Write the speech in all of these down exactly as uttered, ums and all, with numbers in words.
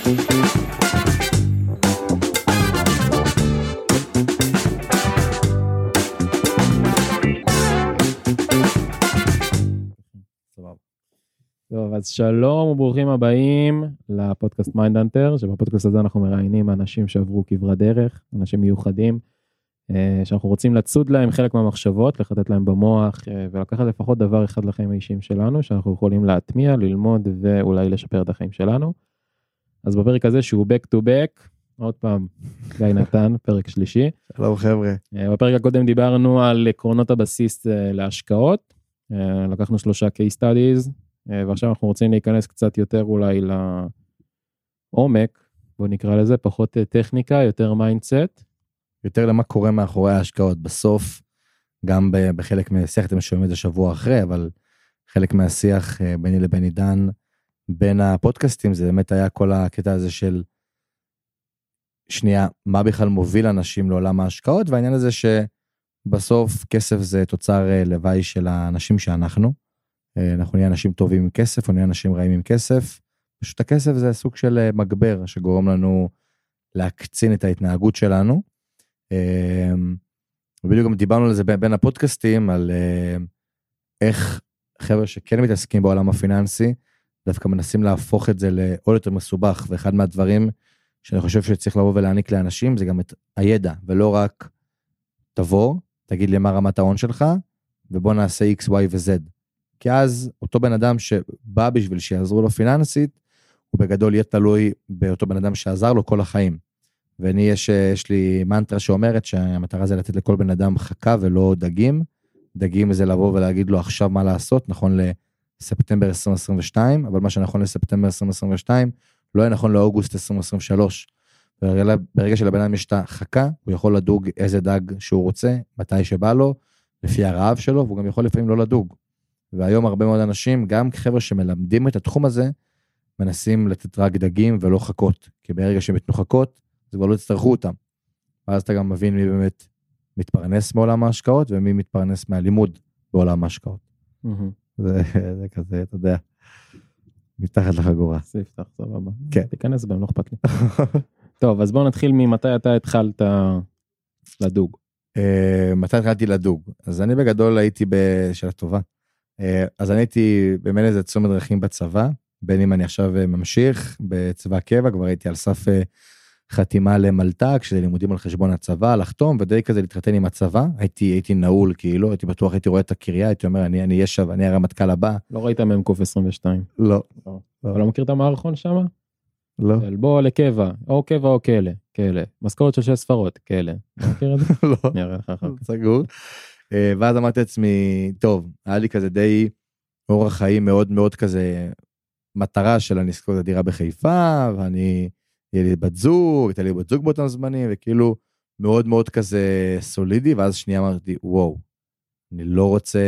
טוב, אז שלום וברוכים הבאים לפודקאסט מיינד הנטר, שבפודקאסט הזה אנחנו מראיינים אנשים שעברו כברת דרך, אנשים מיוחדים, שאנחנו רוצים לצוד להם חלק מהמחשבות, לחטט להם במוח, ולקחת לפחות דבר אחד לחיים האישיים שלנו, שאנחנו יכולים להטמיע, ללמוד ואולי לשפר את החיים שלנו. אז בפרק הזה שהוא back to back, עוד פעם, גיא נתן, פרק שלישי. שלום חבר'ה. בפרק הקודם דיברנו על עקרונות הבסיס להשקעות, לקחנו שלושה case studies, ועכשיו אנחנו רוצים להיכנס קצת יותר אולי לעומק, בוא נקרא לזה, פחות טכניקה, יותר מיינדסט. יותר למה קורה מאחורי ההשקעות. בסוף, גם בחלק מהשיח, אתם שומעים את זה שבוע אחרי, אבל חלק מהשיח ביני לבין עידן, בין הפודקאסטים, זה באמת היה כל הקטע הזה של, שנייה, מה בכלל מוביל אנשים לעולם ההשקעות, והעניין הזה שבסוף כסף זה תוצר לוואי של האנשים שאנחנו, אנחנו נהיה אנשים טובים עם כסף, או נהיה אנשים רעים עם כסף, פשוט הכסף זה סוג של מגבר, שגורם לנו להקצין את ההתנהגות שלנו, ובדיוק גם דיברנו על זה בין הפודקאסטים, על איך חבר'ה שכן מתעסקים בעולם הפיננסי, דווקא מנסים להפוך את זה לעוד יותר מסובך, ואחד מהדברים שאני חושב שצריך לבוא ולהעניק לאנשים, זה גם את הידע, ולא רק תבוא, תגיד לי מה רמת ההון שלך, ובוא נעשה X, Y ו-Z. כי אז אותו בן אדם שבא בשביל שיעזרו לו פיננסית, הוא בגדול יהיה תלוי באותו בן אדם שעזר לו כל החיים. ואני יש, יש לי מנטרה שאומרת שהמטרה זה לתת לכל בן אדם חכה ולא דגים. דגים זה לבוא ולהגיד לו עכשיו מה לעשות, נכון לספטמבר עשרים עשרים ושתיים, אבל מה שנכון לספטמבר עשרים עשרים ושתיים, לא יהיה נכון לאוגוסט עשרים עשרים ושלוש. ברגע שלבן אדם יש את החכה, הוא יכול לדוג איזה דג שהוא רוצה, מתי שבא לו, לפי הרעב שלו, והוא גם יכול לפעמים לא לדוג. והיום הרבה מאוד אנשים, גם חבר'ה שמלמדים את התחום הזה, מנסים לתת רק דגים ולא חכות, כי ברגע שהם יתנו חכות, אז כבר לא יצטרכו אותם. ואז אתה גם מבין מי באמת מתפרנס בעולם ההשקעות, ומי מתפרנס מהלימוד בעולם ההשקעות. זה, זה כזה, אתה יודע, מתחת לחגורה. ספתח, סבבה. כן. תיכנס בהם, לא אכפת לי. טוב, אז בואו נתחיל ממתי אתה התחלת לדוג. מתי התחלתי לדוג? אז אני בגדול הייתי בשאלה טובה. אז אני הייתי במילא איזה צומת דרכים בצבא, בין אם אני עכשיו ממשיך בצבא קבע, כבר הייתי על סף חתימה למלתק, שזה לימודים על חשבון הצבא, לחתום, ודי כזה להתחתן עם הצבא, הייתי, הייתי נעול כאילו, הייתי בטוח, הייתי רואה את הקריה, הייתי אומר, אני, אני ישב, אני הרמטכ"ל הבא. לא ראית מהם קוף עשרים ושתיים? לא. אתה לא מכיר את המערכון שם? לא. בוא לקבע, או קבע או כאלה, כאלה. משכורת של שש ספרות, כאלה. לא מכיר את זה? לא. נראה לך אחר כך. סגור. ואז אמרתי לעצמי, טוב, היה לי כזה די אורח חיים מאוד מאוד כזה, מטרה של אני אזכור את הדירה בחיפה, ואני, יהיה לי בת זוג, הייתה לי בת זוג באותם זמנים, וכאילו מאוד מאוד כזה סולידי, ואז שנייה אמרתי, וואו, אני לא רוצה,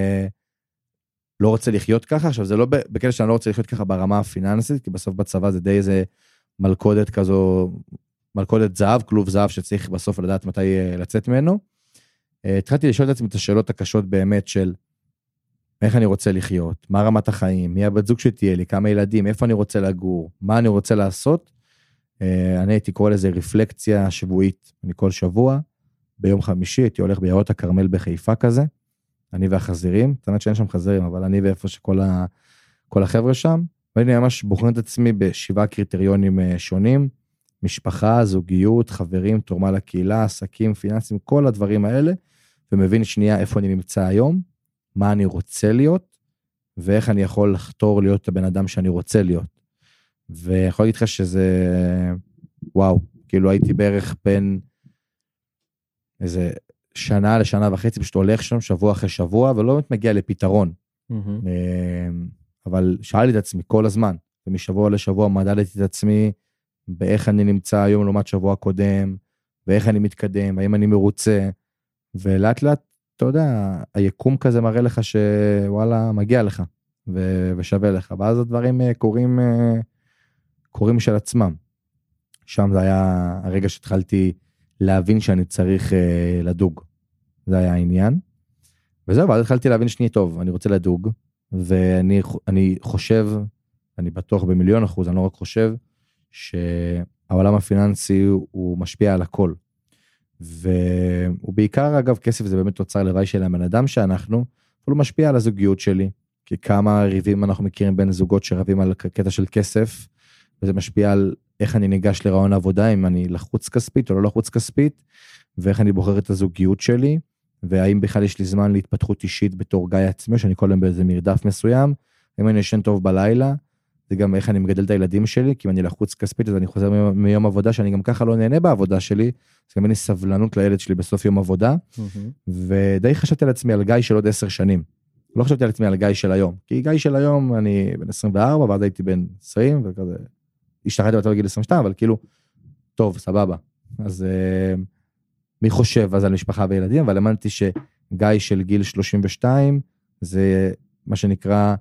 לא רוצה לחיות ככה, עכשיו זה לא בקטע שאני לא רוצה לחיות ככה ברמה הפיננסית, כי בסוף בצבא זה די איזה מלכודת כזו, מלכודת זהב, כלוב זהב שצריך בסוף לדעת מתי לצאת ממנו. התחלתי לשאול את עצמי את השאלות הקשות באמת של איך אני רוצה לחיות, מה רמת החיים, מי הבת זוג שתהיה לי, כמה ילדים, איפה אני רוצה לגור, מה אני רוצה לעשות. אני הייתי קורא לזה רפלקציה שבועית, אני כל שבוע, ביום חמישי הייתי הולך ביערות הכרמל בחיפה כזה, אני והחזירים, זאת אומרת שאין שם חזירים, אבל אני ואיפה שכל ה, כל החבר'ה שם, ואני ממש בוחן את עצמי בשבעה קריטריונים שונים, משפחה, זוגיות, חברים, תרומה לקהילה, עסקים, פיננסים, כל הדברים האלה, ומבין שנייה איפה אני נמצא היום, מה אני רוצה להיות, ואיך אני יכול לחתור להיות הבן אדם שאני רוצה להיות. ויכול להגיד לך שזה, וואו, כאילו הייתי בערך בין איזה שנה לשנה וחצי, פשוט הולך שם שבוע אחרי שבוע, ולא באמת מגיע לפתרון. Mm-hmm. אבל שאלתי את עצמי כל הזמן, ומשבוע לשבוע מדדתי את עצמי, באיך אני נמצא היום לעומת שבוע קודם, ואיך אני מתקדם, האם אני מרוצה, ולאט לאט, אתה יודע, היקום כזה מראה לך שוואלה, מגיע לך, ו- ושווה לך, ואז הדברים קורים, קורים של עצמם. שם זה היה הרגע שהתחלתי להבין שאני צריך לדוג, זה היה העניין, וזהו, ואז התחלתי להבין שני טוב, אני רוצה לדוג, ואני אני חושב, אני בטוח במיליון אחוז, אני לא רק חושב, שהעולם הפיננסי הוא משפיע על הכל. והוא בעיקר, אגב, כסף זה באמת תוצר לוואי של הבן אדם שאנחנו, אבל הוא משפיע על הזוגיות שלי, כי כמה ריבים אנחנו מכירים בין זוגות שרבים על קטע של כסף, וזה משפיע על איך אני ניגש לרעיון עבודה, אם אני לחוץ כספית או לא לחוץ כספית, ואיך אני בוחר את הזוגיות שלי, והאם בכלל יש לי זמן להתפתחות אישית בתור גיא עצמי, שאני כל יום באיזה מרדף מסוים, אם אני ישן טוב בלילה, זה גם איך אני מגדל את הילדים שלי, כי אם אני לחוץ כספית, אז אני חוזר מיום, מיום עבודה, שאני גם ככה לא נהנה בעבודה שלי, אז גם אין לי סבלנות לילד שלי בסוף יום עבודה, mm-hmm. ודי חשבתי על עצמי על גיא של עוד עשר שנים, לא חשבתי על עצמי על גיא של היום, כי גיא של היום אני בן עשרים וארבע, ואז הייתי בן עשרים, וכזה, השתחררתי יותר בגיל עשרים ושתיים, אבל כאילו, טוב, סבבה. אז uh, מי חושב אז על משפחה וילדים, אבל אמנתי שגיא של גיל שלושים ושתיים, זה מה שנקרא,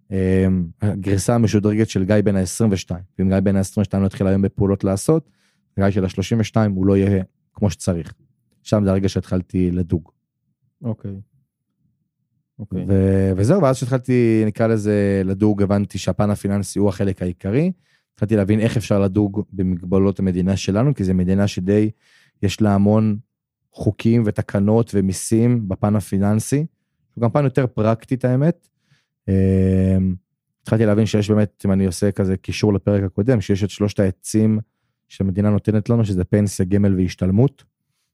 הגרסה המשודרגת של גיא בן ה-עשרים ושתיים, ואם גיא בן ה-עשרים ושתיים לא התחיל היום בפעולות לעשות, גיא של ה-שלושים ושתיים הוא לא יהיה כמו שצריך. שם זה הרגע שהתחלתי לדוג. אוקיי. אוקיי. וזהו, ואז שהתחלתי, נקרא לזה לדוג, הבנתי שהפן הפיננסי הוא החלק העיקרי, התחלתי להבין איך אפשר לדוג במגבלות המדינה שלנו, כי זו מדינה שדי יש לה המון חוקים ותקנות ומיסים בפן הפיננסי, הוא גם פן יותר פרקטית האמת, התחלתי להבין שיש באמת, אם אני עושה כזה קישור לפרק הקודם, שיש את שלושת העצים שהמדינה נותנת לנו, שזה פנסיה, גמל והשתלמות,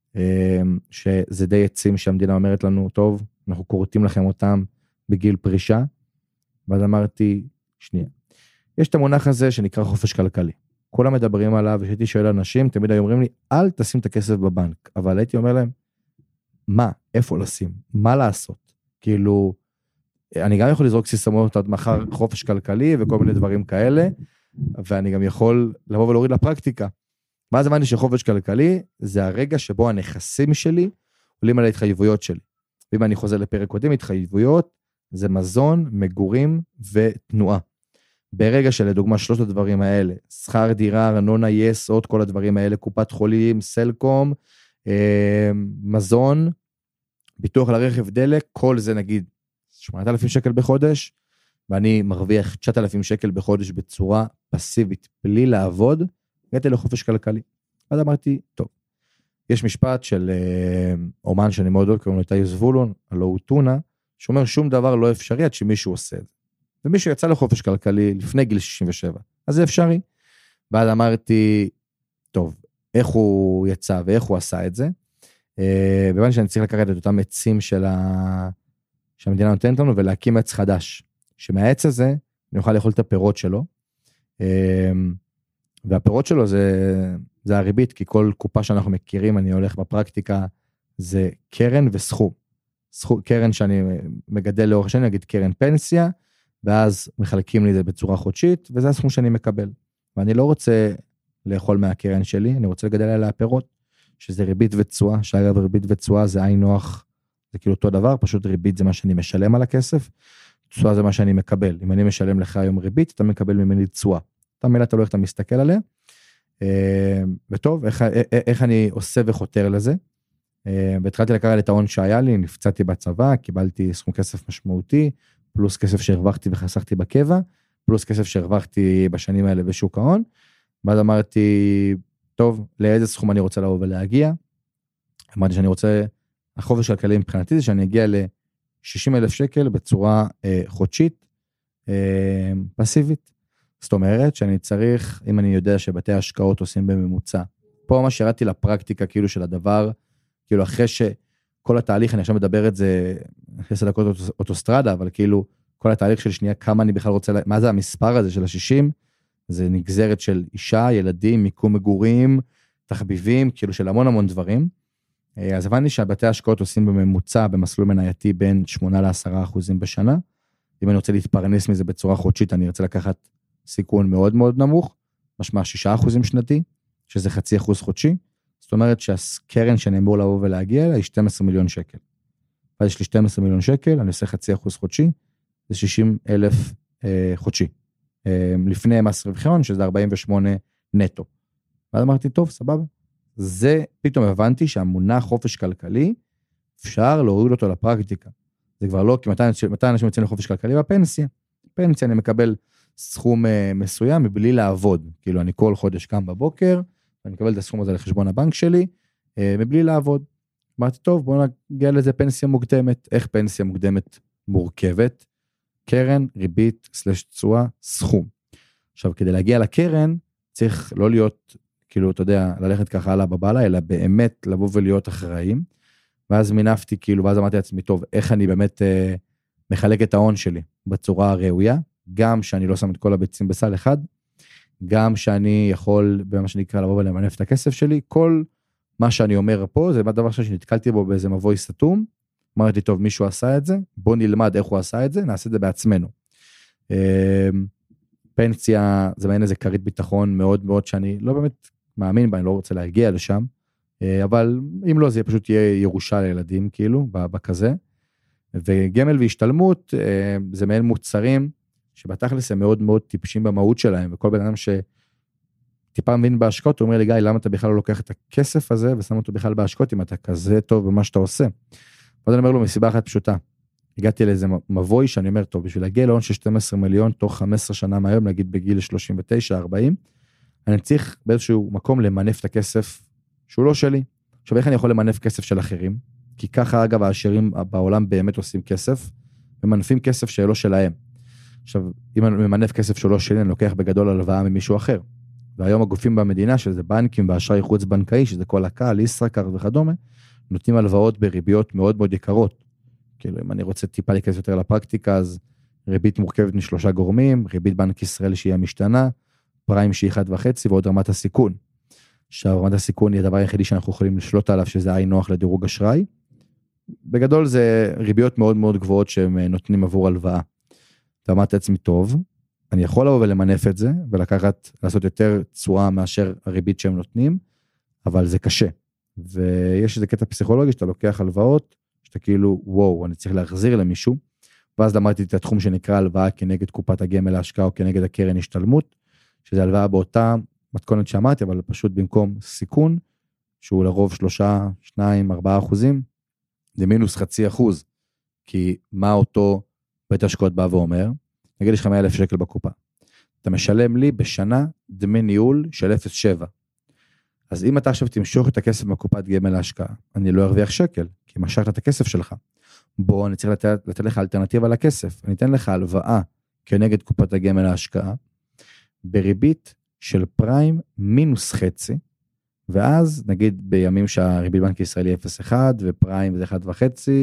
שזה די עצים שהמדינה אומרת לנו, טוב, אנחנו קוראים לכם אותם בגיל פרישה, ואז אמרתי, שנייה, יש את המונח הזה שנקרא חופש כלכלי, כולם מדברים עליו, ושהייתי שואל אנשים, תמיד היו אומרים לי, אל תשים את הכסף בבנק, אבל הייתי אומר להם, מה, איפה לשים, מה לעשות, כאילו, אני גם יכול לזרוק סיסמות עד מחר חופש כלכלי וכל מיני דברים כאלה, ואני גם יכול לבוא ולהוריד לפרקטיקה. ואז הבנתי שחופש כלכלי זה הרגע שבו הנכסים שלי עולים על ההתחייבויות שלי. ואם אני חוזר לפרק קודם, התחייבויות זה מזון, מגורים ותנועה. ברגע שלדוגמה שלושת הדברים האלה, שכר דירה, ארנונה, יס, עוד כל הדברים האלה, קופת חולים, סלקום, מזון, ביטוח לרכב, דלק, כל זה נגיד שמונת אלפים שקל בחודש, ואני מרוויח תשעת אלפים שקל בחודש בצורה פסיבית, בלי לעבוד, הגעתי לחופש כלכלי. אז אמרתי, טוב, יש משפט של אומן שאני מאוד אוהב, קוראים לו איתי זבולון, הלא הוא טונה, שאומר שום דבר לא אפשרי עד שמישהו עושה את זה. ומישהו יצא לחופש כלכלי לפני גיל שישים ושבע, אז זה אפשרי. ואז אמרתי, טוב, איך הוא יצא ואיך הוא עשה את זה, ובאמת שאני צריך לקחת את אותם עצים של ה... שהמדינה נותנת לנו, ולהקים עץ חדש, שמהעץ הזה אני אוכל לאכול את הפירות שלו, והפירות שלו זה, זה הריבית, כי כל קופה שאנחנו מכירים, אני הולך בפרקטיקה, זה קרן וסכום. סכום, קרן שאני מגדל לאורך שנים, נגיד קרן פנסיה, ואז מחלקים לי זה בצורה חודשית, וזה הסכום שאני מקבל. ואני לא רוצה לאכול מהקרן שלי, אני רוצה לגדל עליה פירות, שזה ריבית וצועה, שאגב ריבית וצועה זה עין נוח, זה כאילו אותו דבר, פשוט ריבית זה מה שאני משלם על הכסף, תשואה זה מה שאני מקבל. אם אני משלם לך היום ריבית, אתה מקבל ממני תשואה. אתה מילה, אתה לא איך אתה מסתכל עליה. וטוב, איך, איך אני עושה וחותר לזה. והתחלתי לקרוא את ההון שהיה לי, נפצעתי בצבא, קיבלתי סכום כסף משמעותי, פלוס כסף שהרווחתי וחסכתי בקבע, פלוס כסף שהרווחתי בשנים האלה בשוק ההון. ואז אמרתי, טוב, לאיזה סכום אני רוצה לבוא ולהגיע? אמרתי שאני רוצה... החופש כלכלי מבחינתי זה שאני אגיע ל-שישים אלף שקל בצורה אה, חודשית אה, פסיבית. זאת אומרת שאני צריך, אם אני יודע שבתי ההשקעות עושים בממוצע, פה ממש ירדתי לפרקטיקה כאילו של הדבר, כאילו אחרי שכל התהליך, אני עכשיו מדבר את זה, עשר דקות אוטוסטרדה, אבל כאילו כל התהליך של שנייה, כמה אני בכלל רוצה, מה זה המספר הזה של ה-שישים? זה נגזרת של אישה, ילדים, מיקום מגורים, תחביבים, כאילו של המון המון דברים. אז הבנתי שהבתי ההשקעות עושים בממוצע, במסלול מנייתי בין שמונה לעשרה אחוזים בשנה. אם אני רוצה להתפרנס מזה בצורה חודשית, אני רוצה לקחת סיכון מאוד מאוד נמוך, משמע שישה אחוזים שנתי, שזה חצי אחוז חודשי. זאת אומרת שהקרן שאני אמור לבוא ולהגיע אליה היא שנים עשר מיליון שקל. ואז יש לי שנים עשר מיליון שקל, אני עושה חצי אחוז חודשי, זה שישים אלף אה, חודשי. אה, לפני מס רווחי, שזה ארבעים ושמונה נטו. ואז אמרתי, טוב, סבבה. זה פתאום הבנתי שהמונח חופש כלכלי, אפשר להוריד אותו לפרקטיקה. זה כבר לא, כי מתי, מתי אנשים יוצאים לחופש כלכלי? בפנסיה. פנסיה אני מקבל סכום מסוים מבלי לעבוד, כאילו אני כל חודש קם בבוקר, ואני מקבל את הסכום הזה לחשבון הבנק שלי, מבלי לעבוד. אמרתי, טוב, בואו נגיע לזה פנסיה מוקדמת. איך פנסיה מוקדמת מורכבת? קרן, ריבית, סלש תשואה, סכום. עכשיו, כדי להגיע לקרן, צריך לא להיות, כאילו, אתה יודע, ללכת ככה הלאה בבעלה, אלא באמת לבוא ולהיות אחראים. ואז מינפתי, כאילו, ואז אמרתי לעצמי, טוב, איך אני באמת אה, מחלק את ההון שלי בצורה הראויה, גם שאני לא שם את כל הביצים בסל אחד, גם שאני יכול, במה שנקרא, לבוא ולמנף את הכסף שלי, כל מה שאני אומר פה, זה דבר שנתקלתי בו באיזה מבוי סתום, אמרתי, טוב, מישהו עשה את זה, בוא נלמד איך הוא עשה את זה, נעשה את זה בעצמנו. פנסיה, זה מעין איזה כרית ביטחון מאוד מאוד שאני לא באמת מאמין בה, אני לא רוצה להגיע לשם, אבל אם לא, זה פשוט יהיה ירושה לילדים, כאילו, בכזה. וגמל והשתלמות, זה מעין מוצרים, שבתכלס הם מאוד מאוד טיפשים במהות שלהם, וכל בן אדם שטיפה מבין בהשקעות, הוא אומר לי, גיא, למה אתה בכלל לא לוקח את הכסף הזה, ושם אותו בכלל בהשקעות, אם אתה כזה טוב במה שאתה עושה. אז אני אומר לו, מסיבה אחת פשוטה, הגעתי לאיזה מבוי, שאני אומר, טוב, בשביל להגיע להון של שנים עשר מיליון, תוך חמש עשרה שנה מהיום, נגיד בגיל שלושים ותשע ארבעים, אני צריך באיזשהו מקום למנף את הכסף שהוא לא שלי. עכשיו, איך אני יכול למנף כסף של אחרים? כי ככה, אגב, העשירים בעולם באמת עושים כסף, ומנפים כסף שלא שלהם. עכשיו, אם אני ממנף כסף שלא שלי, אני לוקח בגדול הלוואה ממישהו אחר. והיום הגופים במדינה, שזה בנקים ואשראי חוץ בנקאי, שזה כל הקהל, ישראכרט וכדומה, נותנים הלוואות בריביות מאוד מאוד יקרות. כאילו, אם אני רוצה טיפה להיכנס יותר לפרקטיקה, אז ריבית מורכבת משלושה גורמים, ריבית בנק ישראל שהיא המשתנה, פריים שהיא אחד וחצי, ועוד רמת הסיכון. עכשיו, רמת הסיכון היא הדבר היחידי שאנחנו יכולים לשלוט עליו, שזה עין נוח לדירוג אשראי. בגדול זה ריביות מאוד מאוד גבוהות שהם נותנים עבור הלוואה. ואמרתי לעצמי, טוב, אני יכול לבוא ולמנף את זה, ולקחת, לעשות יותר תשואה מאשר הריבית שהם נותנים, אבל זה קשה. ויש איזה קטע פסיכולוגי, שאתה לוקח הלוואות, שאתה כאילו, וואו, אני צריך להחזיר למישהו, ואז למדתי את התחום שנקרא הלוואה כנגד קופת הגמל להשקעה, או כנגד הקרן השתלמות, שזה הלוואה באותה מתכונת שאמרתי, אבל פשוט במקום סיכון, שהוא לרוב שלושה, שניים, ארבעה אחוזים, זה מינוס חצי אחוז, כי מה אותו בית השקעות בא ואומר, נגיד יש לך מאה אלף שקל בקופה, אתה משלם לי בשנה דמי ניהול של אפס נקודה שבע, אז אם אתה עכשיו תמשוך את הכסף מהקופת גמל להשקעה, אני לא ארוויח שקל, כי משכת את הכסף שלך, בוא אני צריך לתת, לתת לך אלטרנטיבה לכסף, אני אתן לך הלוואה כנגד קופת הגמל להשקעה, בריבית של פריים מינוס חצי, ואז נגיד בימים שהריבית בנק ישראלי אפס נקודה אחת, ופריים זה אחד וחצי,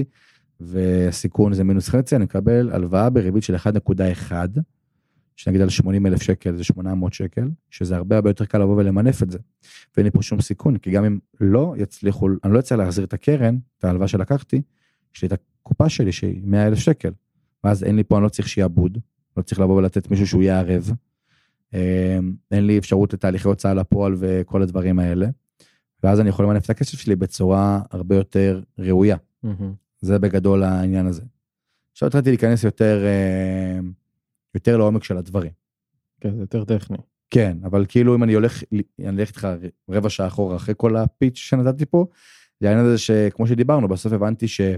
וסיכון זה מינוס חצי, אני מקבל הלוואה בריבית של אחד נקודה אחת, שנגיד על שמונים אלף שקל זה שמונה מאות שקל, שזה הרבה הרבה יותר קל לבוא ולמנף את זה, ואין לי פה שום סיכון, כי גם אם לא יצליחו, אני לא אצליח להחזיר את הקרן, את ההלוואה שלקחתי, יש לי את הקופה שלי שהיא מאה אלף שקל, ואז אין לי פה, אני לא צריך שיעבוד, לא צריך לבוא ולתת מישהו שהוא יהיה ערב, אין לי אפשרות לתהליכי הוצאה לפועל וכל הדברים האלה, ואז אני יכול למנף את הכסף שלי בצורה הרבה יותר ראויה. זה בגדול העניין הזה. עכשיו התחלתי להיכנס יותר, יותר לעומק של הדברים. כן, זה יותר טכני. כן, אבל כאילו אם אני הולך, אני הולך איתך רבע שעה אחורה אחרי כל הפיץ' שנתתי פה, זה העניין הזה שכמו שדיברנו, בסוף הבנתי ש...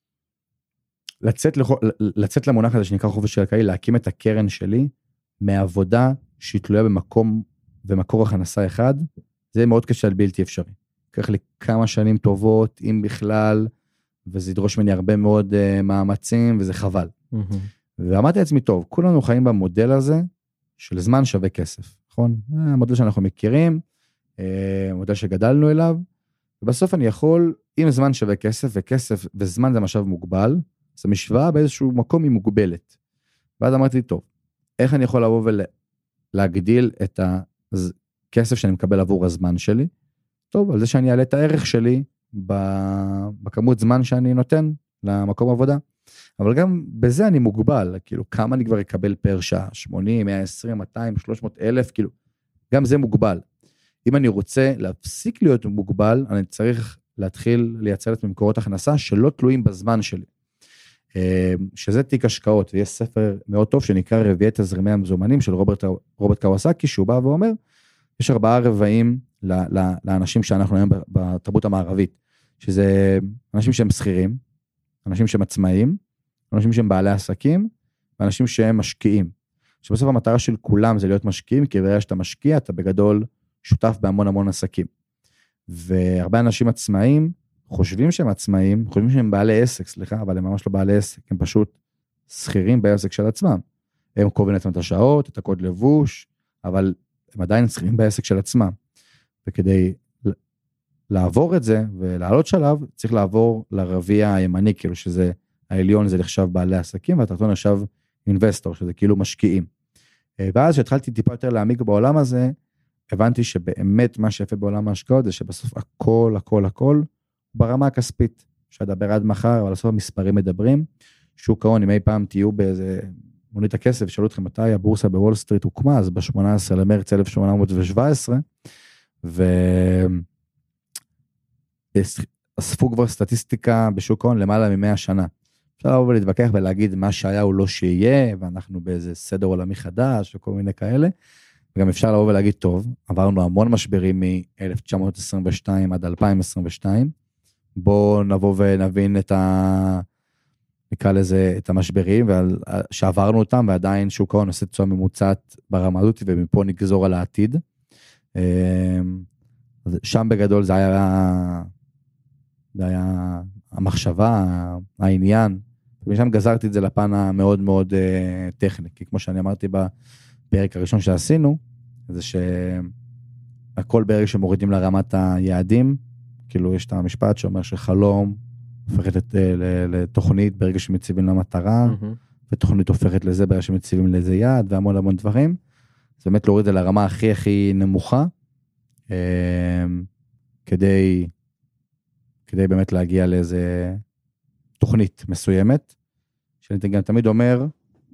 לצאת, לח... לצאת למונח הזה שנקרא חופש כלכלי, להקים את הקרן שלי, מעבודה שהיא תלויה במקום ומקור הכנסה אחד, זה מאוד קשה על בלתי אפשרי. לקח לי כמה שנים טובות, אם בכלל, וזה ידרוש ממני הרבה מאוד uh, מאמצים, וזה חבל. Mm-hmm. ואמרתי לעצמי, טוב, כולנו חיים במודל הזה, של זמן שווה כסף, נכון? המודל שאנחנו מכירים, המודל שגדלנו אליו, ובסוף אני יכול, אם זמן שווה כסף, וכסף וזמן זה משאב מוגבל, אז המשוואה באיזשהו מקום היא מוגבלת. ואז אמרתי, טוב, איך אני יכול לבוא ולהגדיל את הכסף שאני מקבל עבור הזמן שלי? טוב, על זה שאני אעלה את הערך שלי בכמות זמן שאני נותן למקום עבודה. אבל גם בזה אני מוגבל, כאילו כמה אני כבר אקבל פר שעה, שמונים, מאה ועשרים, מאתיים, שלוש מאות אלף, כאילו, גם זה מוגבל. אם אני רוצה להפסיק להיות מוגבל, אני צריך להתחיל לייצר את ממקורות הכנסה שלא תלויים בזמן שלי. שזה תיק השקעות, ויש ספר מאוד טוב שנקרא רביעי תזרימי המזומנים של רוברט, רוברט קוואסקי, שהוא בא ואומר, יש ארבעה רבעים לאנשים שאנחנו היום בתרבות המערבית, שזה אנשים שהם שכירים, אנשים שהם עצמאים, אנשים שהם בעלי עסקים, ואנשים שהם משקיעים. שבסוף המטרה של כולם זה להיות משקיעים, כי ברגע שאתה משקיע, אתה בגדול שותף בהמון המון עסקים. והרבה אנשים עצמאים, חושבים שהם עצמאים, חושבים שהם בעלי עסק, סליחה, אבל הם ממש לא בעלי עסק, הם פשוט שכירים בעסק של עצמם. הם קובעים לעצמם את השעות, את הקוד לבוש, אבל הם עדיין שכירים בעסק של עצמם. וכדי לעבור את זה ולעלות שלב, צריך לעבור לרביע הימני, כאילו שזה העליון, זה נחשב בעלי עסקים, והתחתון נחשב אינבסטור, שזה כאילו משקיעים. ואז שהתחלתי טיפה יותר להעמיק בעולם הזה, הבנתי שבאמת מה שיפה בעולם ההשקעות, זה שבסוף הכל, הכל, הכל, ברמה הכספית, שדבר עד מחר, אבל בסוף המספרים מדברים, שוק ההון, אם אי פעם תהיו באיזה מונית הכסף, שאלו אתכם מתי הבורסה בוול סטריט הוקמה, אז ב-שמונה עשרה למרץ אלף שמונה מאות שבע עשרה, ואספו כבר סטטיסטיקה בשוק ההון למעלה מ-מאה שנה. אפשר לבוא ולהתווכח ולהגיד מה שהיה הוא לא שיהיה, ואנחנו באיזה סדר עולמי חדש וכל מיני כאלה, וגם אפשר לבוא ולהגיד טוב, עברנו המון משברים מ-אלף תשע מאות עשרים ושתיים עד אלפיים עשרים ושתיים, בואו נבוא ונבין את ה... נקרא לזה את המשברים, שעברנו אותם, ועדיין שוק ההון עושה תשואה ממוצעת ברמה הזאת, ומפה נגזור על העתיד. שם בגדול זה היה, זה היה המחשבה, העניין, ומשם גזרתי את זה לפן המאוד מאוד טכני, כי כמו שאני אמרתי בפרק הראשון שעשינו, זה שהכל ברגע שמורידים לרמת היעדים, כאילו יש את המשפט שאומר שחלום הופכת לתוכנית ברגע שמציבים למטרה, ותוכנית הופכת לזה ברגע שמציבים לזה יעד, והמון המון דברים, זה באמת להוריד את זה לרמה הכי הכי נמוכה, כדי, כדי באמת להגיע לאיזה תוכנית מסוימת, שאני גם תמיד אומר,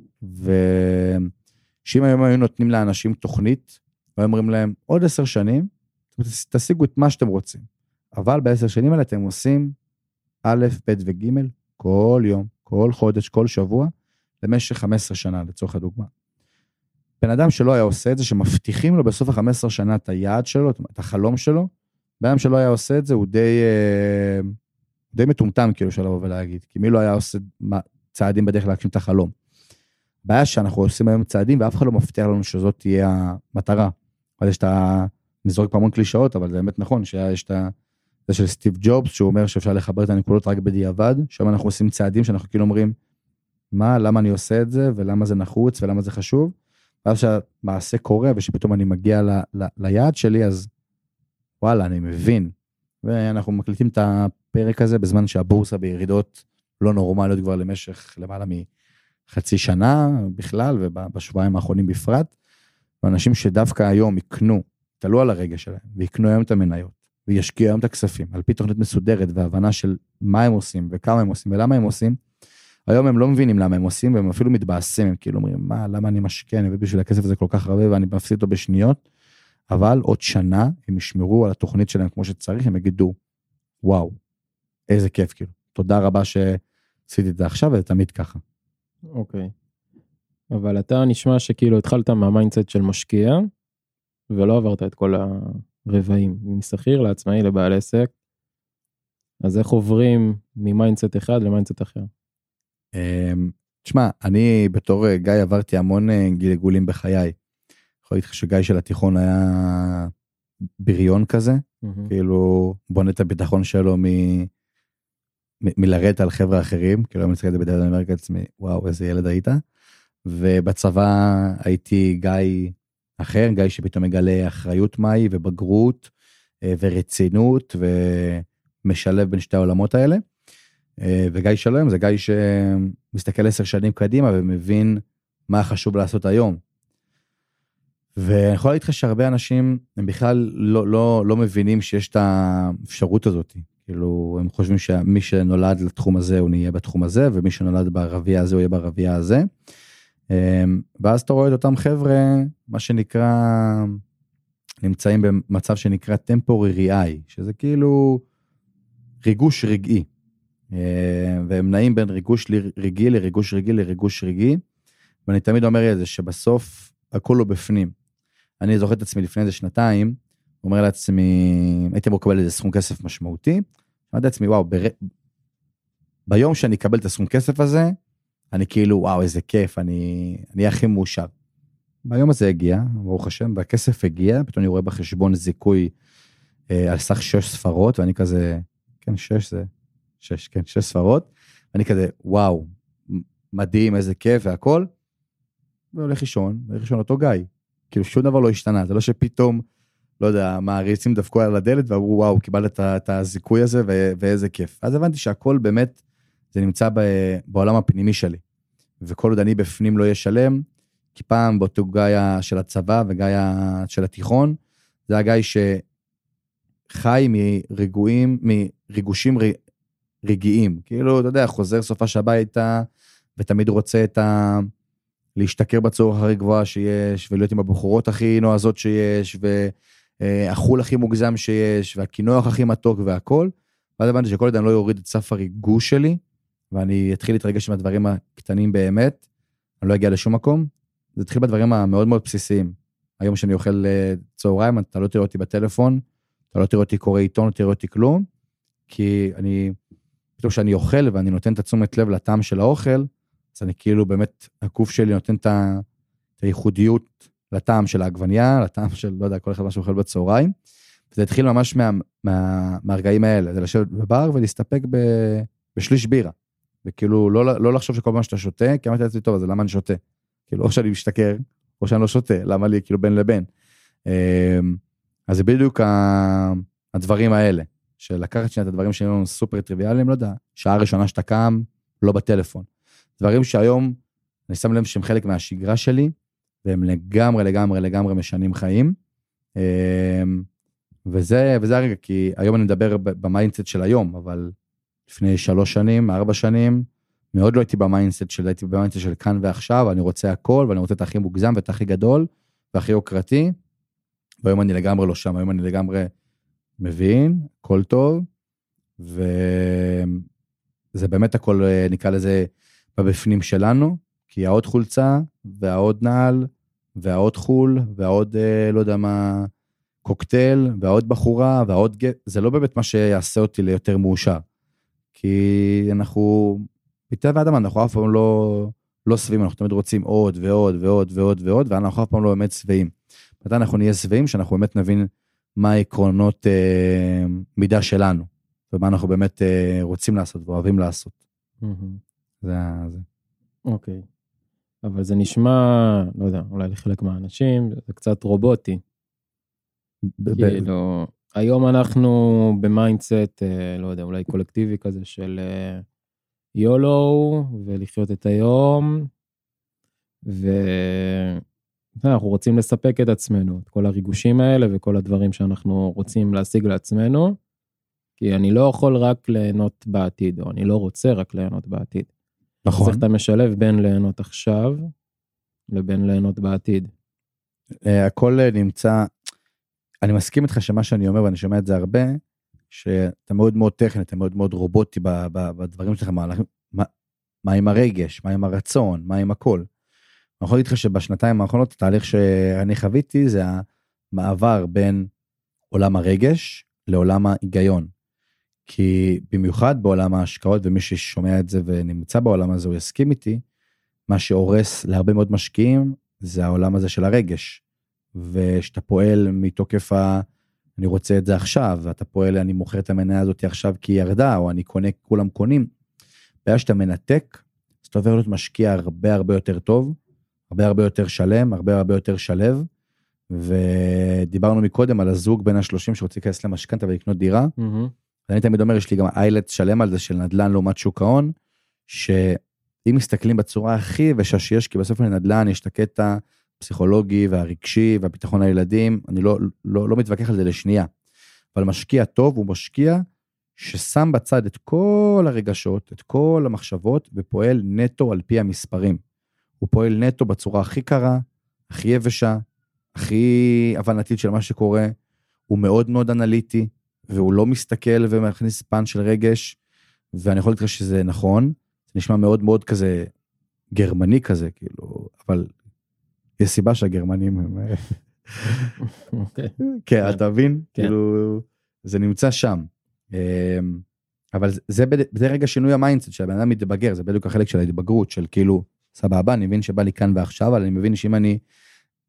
ושאם היום היו נותנים לאנשים תוכנית, והיו אומרים להם עוד עשר שנים, תשיגו את מה שאתם רוצים, אבל בעשר שנים האלה אתם עושים א', ב' וג' כל יום, כל חודש, כל שבוע, למשך חמש עשרה שנה, לצורך הדוגמה. בן אדם שלא היה עושה את זה, שמבטיחים לו בסוף ה-חמש עשרה שנה את היעד שלו, את החלום שלו, בן אדם שלא היה עושה את זה, הוא די, די מטומטם, כאילו, שלא לבוא ולהגיד, כי מי לא היה עושה צעדים בדרך להגשים את החלום. הבעיה שאנחנו עושים היום צעדים, ואף אחד לא מבטיח לנו שזאת תהיה המטרה. אז יש את ה... נזרוק פה המון קלישאות, אבל זה באמת נכון, שיש את ה... זה של סטיב ג'ובס, שהוא אומר שאפשר לחבר את הנקודות רק בדיעבד, שם אנחנו עושים צעדים שאנחנו כאילו אומרים, מה, למה אני עושה את זה, ולמה זה נחוץ, ולמה זה חשוב, ואז שהמעשה קורה, ושפתאום אני מגיע ל, ל, ליעד שלי, אז וואלה, אני מבין. ואנחנו מקליטים את הפרק הזה, בזמן שהבורסה בירידות לא נורמליות כבר למשך למעלה מחצי שנה בכלל, ובשבועיים האחרונים בפרט, ואנשים שדווקא היום יקנו, תלו על הרגע שלהם, ויקנו היום את המניות, וישקיעו היום את הכספים, על פי תוכנית מסודרת, והבנה של מה הם עושים, וכמה הם עושים, ולמה הם עושים, היום הם לא מבינים למה הם עושים, והם אפילו מתבאסים, הם כאילו אומרים, מה, למה אני משקיע, אני בשביל הכסף הזה כל כך הרבה, ואני מפסיד אותו בשניות, אבל עוד שנה, הם ישמרו על התוכנית שלהם כמו שצריך, הם יגידו, וואו, איזה כיף, כאילו, תודה רבה שעשיתי את זה עכשיו, וזה תמיד ככה. אוקיי. אבל אתה נשמע שכאילו התחלת מהמיינדסט של משקיע, ולא עברת את כל הרבעים, משכיר לעצמאי לבעל עסק, אז איך עוברים ממיינדסט אחד למיינדסט אחר? תשמע, אני בתור גיא עברתי המון גלגולים בחיי, יכול להגיד לך שגיא של התיכון היה בריון כזה, כאילו בונה את הביטחון שלו מלרדת על חבר'ה אחרים, כאילו אני מצליח את זה בדרך אני אומר לעצמי, וואו איזה ילד היית, ובצבא הייתי גיא אחר, גיא שפתאום מגלה אחריות מהי ובגרות ורצינות ומשלב בין שתי העולמות האלה, וגיא שלום זה גיא שמסתכל עשר שנים קדימה ומבין מה חשוב לעשות היום. ואני יכול להגיד לך שהרבה אנשים הם בכלל לא, לא, לא מבינים שיש את האפשרות הזאת, כאילו הם חושבים שמי שנולד לתחום הזה הוא נהיה בתחום הזה, ומי שנולד ברביע הזה הוא יהיה ברביע הזה, ואז אתה רואה את אותם חבר'ה, מה שנקרא, נמצאים במצב שנקרא temporary eye, שזה כאילו ריגוש רגעי, והם נעים בין ריגוש רגעי לריגוש רגעי לריגוש רגעי, ואני תמיד אומר את זה שבסוף הכל לא בפנים. אני זוכר את עצמי לפני איזה שנתיים, אומר לעצמי, הייתי אמור לקבל איזה סכום כסף משמעותי, אמרתי לעצמי, וואו, בר... ביום שאני אקבל את הסכום כסף הזה, אני כאילו, וואו, איזה כיף, אני, אני הכי מאושר. ביום הזה הגיע, ברוך השם, והכסף הגיע, פתאום אני רואה בחשבון זיכוי אה, על סך שש ספרות, ואני כזה, כן, שש זה, שש, כן, שש ספרות, ואני כזה, וואו, מדהים, איזה כיף והכל, והולך לישון, והולך לישון אותו גיא, כאילו שום דבר לא השתנה, זה לא שפתאום, לא יודע, מעריצים דפקו על הדלת, ואמרו, וואו, קיבלת את הזיכוי הזה, ו- ואיזה כיף. אז הבנתי שהכל באמת, זה נמצא ב- בעולם הפנימי שלי, וכל עוד אני בפנים לא ישלם, כי פעם באותו גיא של הצבא, וגיא של התיכון, זה הגיא שחי מרגועים, מריגושים רגעיים, כאילו, אתה יודע, חוזר סופה הביתה, ותמיד רוצה את ה... להשתכר בצורך הכי גבוהה שיש, ולהיות עם הבחורות הכי נועזות שיש, והחול הכי מוגזם שיש, והכינוח הכי מתוק והכל, ואז הבנתי שכל עדיין לא יוריד את סף הריגוש שלי, ואני אתחיל להתרגש עם הדברים הקטנים באמת, אני לא אגיע לשום מקום, זה התחיל בדברים המאוד מאוד בסיסיים. היום שאני אוכל צהריים, אתה לא תראה אותי בטלפון, אתה לא תראה אותי קורא עיתון, לא תראה אותי כלום, כי אני, פתאום שאני אוכל, ואני נותן את התשומת לב לטעם של האוכל, אז אני כאילו באמת, הגוף שלי נותן את הייחודיות לטעם של העגבניה, לטעם של, לא יודע, כל אחד מה שאוכל בצהריים, וזה התחיל ממש מה, מה, מהרגעים האלה, זה לשבת בבר ולהסתפק ב, בשליש בירה, וכאילו לא, לא לחשוב שכל מה שאתה שותה, כי אמרתי לעצמי, טוב, אז למה אני שותה? כאילו, או שאני משתכר, או שאני לא שותה, למה לי כאילו בין לבין? אז זה בדיוק הדברים האלה, של לקחת שנייה את הדברים שהיום סופר טריוויאליים, לא יודע, שעה ראשונה שאתה קם, לא בטלפון. דברים שהיום אני שם לב שהם חלק מהשגרה שלי, והם לגמרי, לגמרי, לגמרי משנים חיים. וזה, וזה הרגע, כי היום אני מדבר במיינדסט של היום, אבל לפני שלוש שנים, ארבע שנים, מאוד לא הייתי במיינדסט של, הייתי במיינדסט של כאן ועכשיו, אני רוצה הכל, ואני רוצה את הכי מוגזם, ואת הכי גדול, והכי יוקרתי, והיום אני לגמרי לא שם, היום אני לגמרי מבין, הכל טוב, וזה באמת הכל, נקרא לזה, בבפנים שלנו, כי העוד חולצה, והעוד נעל, והעוד חול, והעוד, לא יודע מה, קוקטייל, והעוד בחורה, והעוד גט, זה לא באמת מה שיעשה אותי ליותר מאושר. כי אנחנו, בטבע האדם, אנחנו אף פעם לא, לא שבעים, אנחנו תמיד רוצים עוד ועוד ועוד ועוד ועוד, ואנחנו אף פעם לא באמת שבעים. מתי אנחנו נהיה שבעים, שאנחנו באמת נבין מה העקרונות אה, מידה שלנו, ומה אנחנו באמת אה, רוצים לעשות ואוהבים לעשות. Mm-hmm. זה זה. אוקיי. אבל זה נשמע, לא יודע, אולי לחלק מהאנשים, זה קצת רובוטי. כאילו, היום אנחנו במיינדסט, לא יודע, אולי קולקטיבי כזה של יולו, ולחיות את היום, ואנחנו רוצים לספק את עצמנו, את כל הריגושים האלה, וכל הדברים שאנחנו רוצים להשיג לעצמנו, כי אני לא יכול רק ליהנות בעתיד, או אני לא רוצה רק ליהנות בעתיד. נכון. צריך אתה משלב בין ליהנות עכשיו, לבין ליהנות בעתיד. הכל נמצא, אני מסכים איתך שמה שאני אומר, ואני שומע את זה הרבה, שאתה מאוד מאוד טכני, אתה מאוד מאוד רובוטי בדברים שלך, מה, מה עם הרגש, מה עם הרצון, מה עם הכל. אני יכול להגיד לך שבשנתיים האחרונות, התהליך שאני חוויתי, זה המעבר בין עולם הרגש לעולם ההיגיון. כי במיוחד בעולם ההשקעות, ומי ששומע את זה ונמצא בעולם הזה, הוא יסכים איתי, מה שהורס להרבה מאוד משקיעים, זה העולם הזה של הרגש. ושאתה פועל מתוקף ה... אני רוצה את זה עכשיו, ואתה פועל, אני מוכר את המניה הזאת עכשיו כי היא ירדה, או אני קונה, כולם קונים. בעיה שאתה מנתק, אז אתה עובר להיות משקיע הרבה הרבה יותר טוב, הרבה הרבה יותר שלם, הרבה הרבה יותר שלב, ודיברנו מקודם על הזוג בין השלושים שרוצה להיכנס למשכנתא ולקנות דירה, Mm-hmm. אני תמיד אומר, יש לי גם איילת שלם על זה של נדל"ן לעומת שוק ההון, שאם מסתכלים בצורה הכי יבשה שיש, כי בסוף לנדל"ן יש את הקטע הפסיכולוגי והרגשי והביטחון לילדים, אני לא, לא, לא מתווכח על זה לשנייה, אבל משקיע טוב הוא משקיע ששם בצד את כל הרגשות, את כל המחשבות, ופועל נטו על פי המספרים. הוא פועל נטו בצורה הכי קרה, הכי יבשה, הכי הבנתית של מה שקורה, הוא מאוד מאוד אנליטי, והוא לא מסתכל ומכניס פן של רגש, ואני יכול להגיד לך שזה נכון, זה נשמע מאוד מאוד כזה גרמני כזה, כאילו, אבל יש סיבה שהגרמנים הם... כן, אתה מבין? כאילו, זה נמצא שם. אבל זה רגע שינוי המיינדסט, שהבן אדם מתבגר, זה בדיוק החלק של ההתבגרות, של כאילו, סבבה, אני מבין שבא לי כאן ועכשיו, אבל אני מבין שאם אני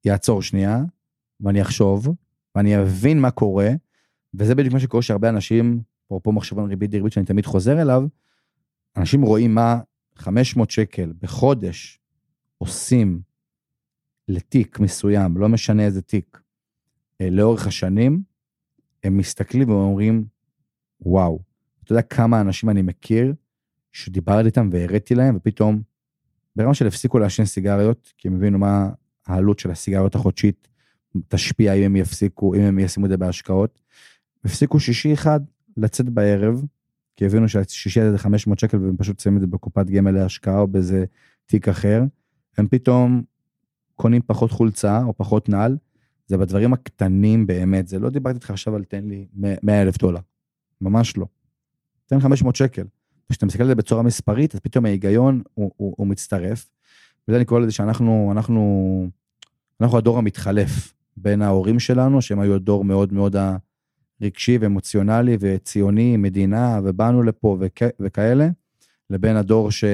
יעצור שנייה, ואני אחשוב, ואני אבין מה קורה, וזה בדיוק מה שקורה שהרבה אנשים, פה מחשבון ריבית דריבית שאני תמיד חוזר אליו, אנשים רואים מה חמש מאות שקל בחודש עושים לתיק מסוים, לא משנה איזה תיק, לאורך השנים, הם מסתכלים ואומרים, וואו, אתה יודע כמה אנשים אני מכיר, שדיברתי איתם והראיתי להם, ופתאום, ברמה של הפסיקו לעשן סיגריות, כי הם הבינו מה העלות של הסיגריות החודשית, תשפיע אם הם יפסיקו, אם הם ישימו את זה בהשקעות, הפסיקו שישי אחד לצאת בערב, כי הבינו שהשישי הזה זה חמש מאות שקל, והם פשוט שמים את זה בקופת גמל להשקעה, או באיזה תיק אחר, הם פתאום קונים פחות חולצה, או פחות נעל, זה בדברים הקטנים באמת, זה לא דיברתי איתך עכשיו על תן לי מאה אלף דולר, ממש לא. תן חמש מאות שקל, כשאתה מסתכל על זה בצורה מספרית, אז פתאום ההיגיון הוא, הוא, הוא מצטרף, וזה אני קורא לזה שאנחנו, אנחנו, אנחנו הדור המתחלף, בין ההורים שלנו, שהם היו הדור מאוד מאוד רגשי ואמוציונלי וציוני, מדינה, ובאנו לפה וכ, וכאלה, לבין הדור ש...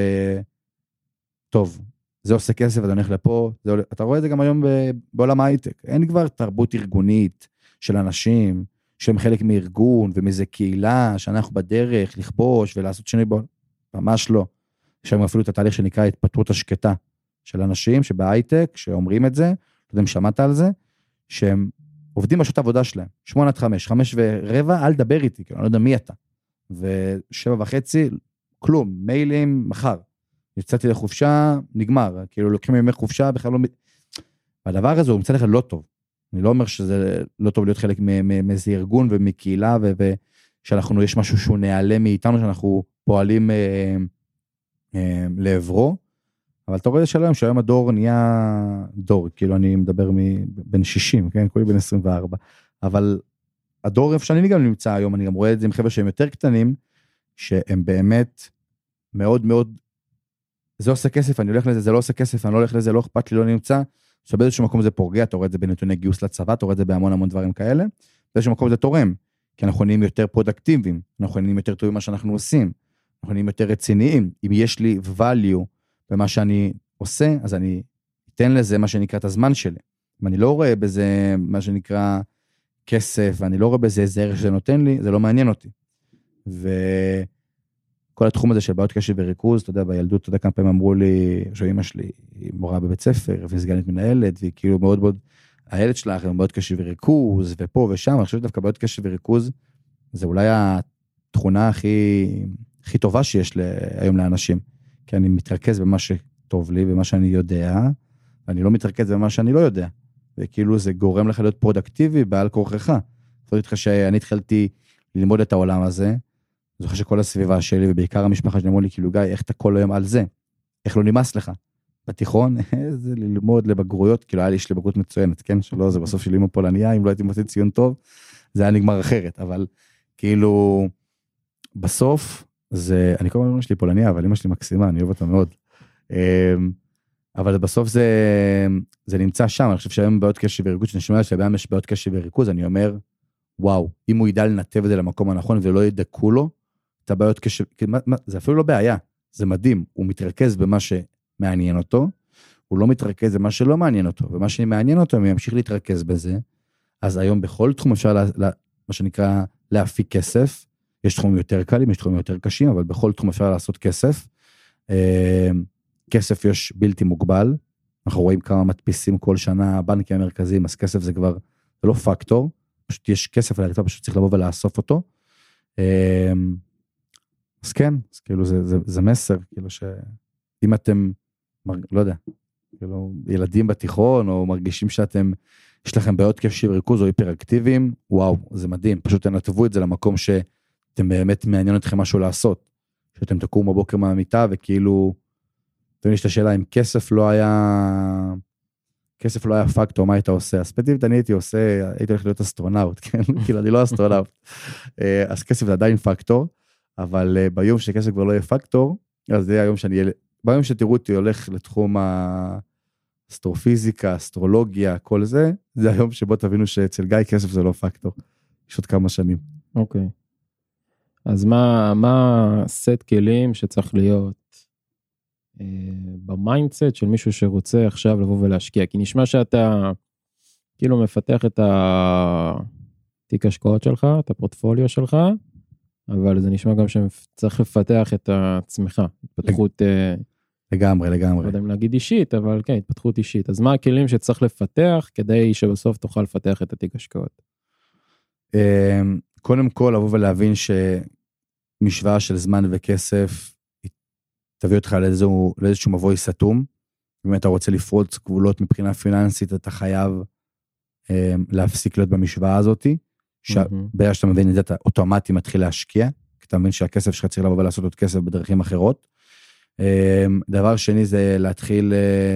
טוב, זה עושה כסף, אתה הולך לפה, זה... אתה רואה את זה גם היום בעולם ההייטק, אין כבר תרבות ארגונית של אנשים, שהם חלק מארגון ומזה קהילה, שאנחנו בדרך לכבוש ולעשות שני בו, ממש לא. יש לנו אפילו את התהליך שנקרא התפטרות השקטה, של אנשים שבהייטק, שאומרים את זה, לא יודע אם שמעת על זה, שהם עובדים בשעות העבודה שלהם, שמונה עד חמש, חמש ורבע, אל דבר איתי, כי אני לא יודע מי אתה, ושבע וחצי, כלום, מיילים, מחר, יצאתי לחופשה, נגמר, כאילו לוקחים ימי חופשה, בכלל לא, והדבר הזה הוא מצא לך לא טוב, אני לא אומר שזה לא טוב להיות חלק מאיזה ארגון ומקהילה, ושאנחנו, יש משהו שהוא נעלה מאיתנו, שאנחנו פועלים אה, אה, לעברו, אבל אתה רואה שלום, שהיום הדור נהיה דור, כאילו אני מדבר בין שישים, כן, כולי בין עשרים וארבע, אבל הדור איפה שאני גם נמצא היום, אני גם רואה את זה עם חבר'ה שהם יותר קטנים, שהם באמת מאוד מאוד, זה עושה כסף, אני הולך לזה, זה לא עושה כסף, אני לא הולך לזה, לא אכפת לי, לא נמצא, שבאיזשהו מקום זה פורגע, אתה רואה את זה בנתוני גיוס לצבא, אתה רואה את זה בהמון המון דברים כאלה, באיזשהו מקום זה תורם, כי אנחנו נהיים יותר פרודקטיביים, אנחנו נהיים יותר טובים מה שאנחנו עושים, אנחנו נהיים יותר רציניים, אם יש לי value במה שאני עושה, אז אני אתן לזה מה שנקרא את הזמן שלי. אם אני לא רואה בזה מה שנקרא כסף, ואני לא רואה בזה איזה ערך שזה נותן לי, זה לא מעניין אותי. וכל התחום הזה של בעיות קשב וריכוז, אתה יודע, בילדות, אתה יודע כמה פעמים אמרו לי, שאמא שלי היא מורה בבית ספר, וסגנית מנהלת, והיא כאילו מאוד מאוד, הילד שלך הם בעיות קשב וריכוז, ופה ושם, אני חושב שדווקא בעיות קשב וריכוז, זה אולי התכונה הכי, הכי טובה שיש היום לאנשים. כי אני מתרכז במה שטוב לי, במה שאני יודע, ואני לא מתרכז במה שאני לא יודע, וכאילו זה גורם לך להיות פרודקטיבי בעל כורכך. אני חושב לך שאני התחלתי ללמוד את העולם הזה, אני זוכר שכל הסביבה שלי, ובעיקר המשפחה שלי אמרו לי, כאילו גיא, איך אתה כל היום על זה? איך לא נמאס לך? בתיכון, זה ללמוד לבגרויות, כאילו היה לי יש לבגרות מצוינת, כן? שלא, זה בסוף שלי עם הפולניה, אם לא הייתי מוצא ציון טוב, זה היה נגמר אחרת, אבל כאילו, בסוף, זה, אני כל הזמן אמא שלי פולניה, אבל אמא שלי מקסימה, אני אוהב אותה מאוד. אבל בסוף זה, זה נמצא שם, אני חושב שהיום בעיות קשב וריכוז, שאני שומע שבהם יש בעיות קשב וריכוז, אני אומר, וואו, אם הוא ידע לנתב את זה למקום הנכון, ולא ידקו לו, את הבעיות קשב, זה אפילו לא בעיה, זה מדהים, הוא מתרכז במה שמעניין אותו, הוא לא מתרכז במה שלא מעניין אותו, ומה שמעניין אותו, אם הוא ימשיך להתרכז בזה, אז היום בכל תחום אפשר, לה, לה, מה שנקרא, להפיק כסף, יש תחומים יותר קלים, יש תחומים יותר קשים, אבל בכל תחום אפשר לעשות כסף. כסף יש בלתי מוגבל, אנחנו רואים כמה מדפיסים כל שנה, הבנקים המרכזיים, אז כסף זה כבר, זה לא פקטור, פשוט יש כסף על הרצפה, פשוט צריך לבוא ולאסוף אותו. אז כן, אז כאילו זה, זה, זה מסר, כאילו שאם אתם, לא יודע, כאילו ילדים בתיכון, או מרגישים שאתם, יש לכם בעיות קשב וריכוז או היפראקטיביים, וואו, זה מדהים, פשוט תנתבו את זה למקום ש אתם באמת מעניין אתכם משהו לעשות, שאתם תקומו בבוקר מהמיטה, וכאילו, אתם יש את השאלה, אם כסף לא היה, כסף לא היה פקטור, מה היית עושה? הספציפית אני הייתי עושה, הייתי הולך להיות אסטרונאוט, כן? כאילו, אני לא אסטרונאוט. אז כסף זה עדיין פקטור, אבל ביום שכסף כבר לא יהיה פקטור, אז זה היום שאני, ביום שתראו אותי הולך לתחום האסטרופיזיקה, אסטרולוגיה, כל זה, זה היום שבו תבינו שאצל גיא כסף זה לא פקטור. יש עוד כמה שנים. אוקיי. אז מה, מה סט כלים שצריך להיות במיינדסט של מישהו שרוצה עכשיו לבוא ולהשקיע, כי נשמע שאתה כאילו מפתח את התיק השקעות שלך, את הפורטפוליו שלך, אבל זה נשמע גם שצריך לפתח את עצמך, התפתחות... לגמרי, לגמרי. לא יודע אם להגיד אישית, אבל כן, התפתחות אישית. אז מה הכלים שצריך לפתח, כדי שבסוף תוכל לפתח את התיק השקעות? קודם כל, לבוא ולהבין שמשוואה של זמן וכסף, תביא אותך לאיזשהו, לאיזשהו מבוי סתום. אם אתה רוצה לפרוץ גבולות מבחינה פיננסית, אתה חייב להפסיק להיות במשוואה הזאת, שברגע שאתה מבין את זה, אתה אוטומטי מתחיל להשקיע, כי אתה מבין שהכסף שלך צריך לבוא ולעשות עוד כסף בדרכים אחרות. דבר שני זה להתחיל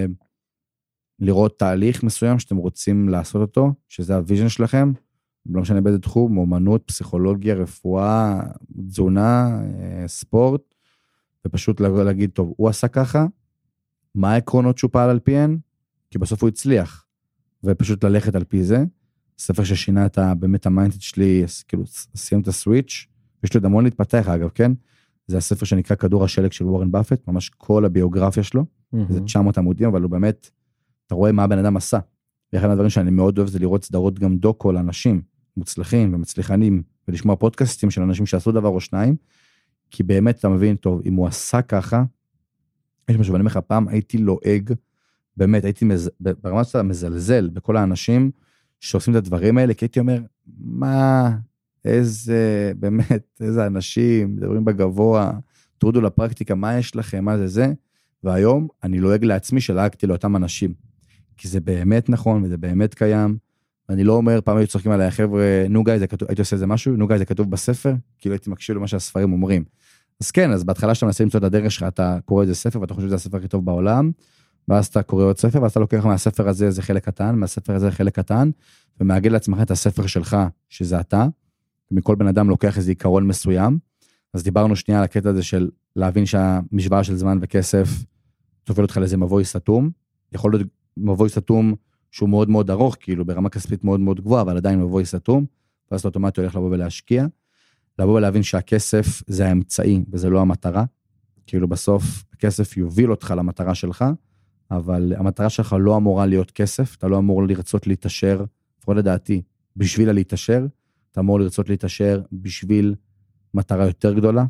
לראות תהליך מסוים שאתם רוצים לעשות אותו, שזה הוויז'ן שלכם, לא משנה באיזה תחום, אומנות, פסיכולוגיה, רפואה, תזונה, ספורט, ופשוט להגיד, טוב, הוא עשה ככה, מה העקרונות שהוא פעל על פיהן? כי בסוף הוא הצליח, ופשוט ללכת על פי זה. ספר ששינה את באמת המיינדסט שלי, כאילו סיים את הסוויץ', יש לי עוד המון להתפתח אגב, כן? זה הספר שנקרא כדור השלג של וורן באפט, ממש כל הביוגרפיה שלו, mm-hmm. זה תשע מאות עמודים, אבל הוא באמת, אתה רואה מה הבן אדם עשה. ואחד מהדברים שאני מאוד אוהב זה לראות סדרות גם דוקו לאנשים מוצלחים ומצליחנים, ולשמוע פודקאסטים של אנשים שעשו דבר או שניים, כי באמת אתה מבין, טוב, אם הוא עשה ככה, יש משהו, ואני אומר לך, פעם הייתי לועג, באמת, הייתי מז... ברמה שאתה מזלזל בכל האנשים שעושים את הדברים האלה, כי הייתי אומר, מה, איזה, באמת, איזה אנשים, מדברים בגבוה, תרודו לפרקטיקה, מה יש לכם, מה זה זה, והיום אני לועג לעצמי שלעגתי לאותם אנשים, כי זה באמת נכון, וזה באמת קיים, ואני לא אומר, פעם היו צוחקים עליי, חבר'ה, נו גיא, זה כתוב, הייתי עושה איזה משהו, נו גיא, זה כתוב בספר, כאילו הייתי מקשיב למה שהספרים אומרים. אז כן, אז בהתחלה שאתה מנסה למצוא את הדרך שלך, אתה קורא איזה ספר, ואתה חושב שזה הספר הכי טוב בעולם, ואז אתה קורא עוד ספר, ואז אתה לוקח מהספר הזה איזה חלק קטן, מהספר הזה חלק קטן, ומאגד לעצמך את הספר שלך, שזה אתה, ומכל בן אדם לוקח איזה עיקרון מסוים. אז דיברנו שנייה על הקטע הזה של להבין שהמשוואה של זמן וכסף תוביל אותך לאיזה מבוי סתום, יכול להיות מבוי סתום שהוא מאוד מאוד ארוך, כאילו ברמה כספית מאוד מאוד גבוהה, אבל עדיין מבוי סתום, ואז אוטומטי הולך לבוא ולהשקיע, לבוא ולהבין שהכסף זה האמצעי, וזה לא המטרה, כאילו בסוף הכסף יוביל אותך למטרה שלך, אבל המטרה שלך לא אמורה להיות כסף, אתה לא אמור לרצות להתאשר, לפחות לדעתי, בשביל להתאשר, אתה אמור לרצות להתאשר בשביל מטרה יותר גדולה,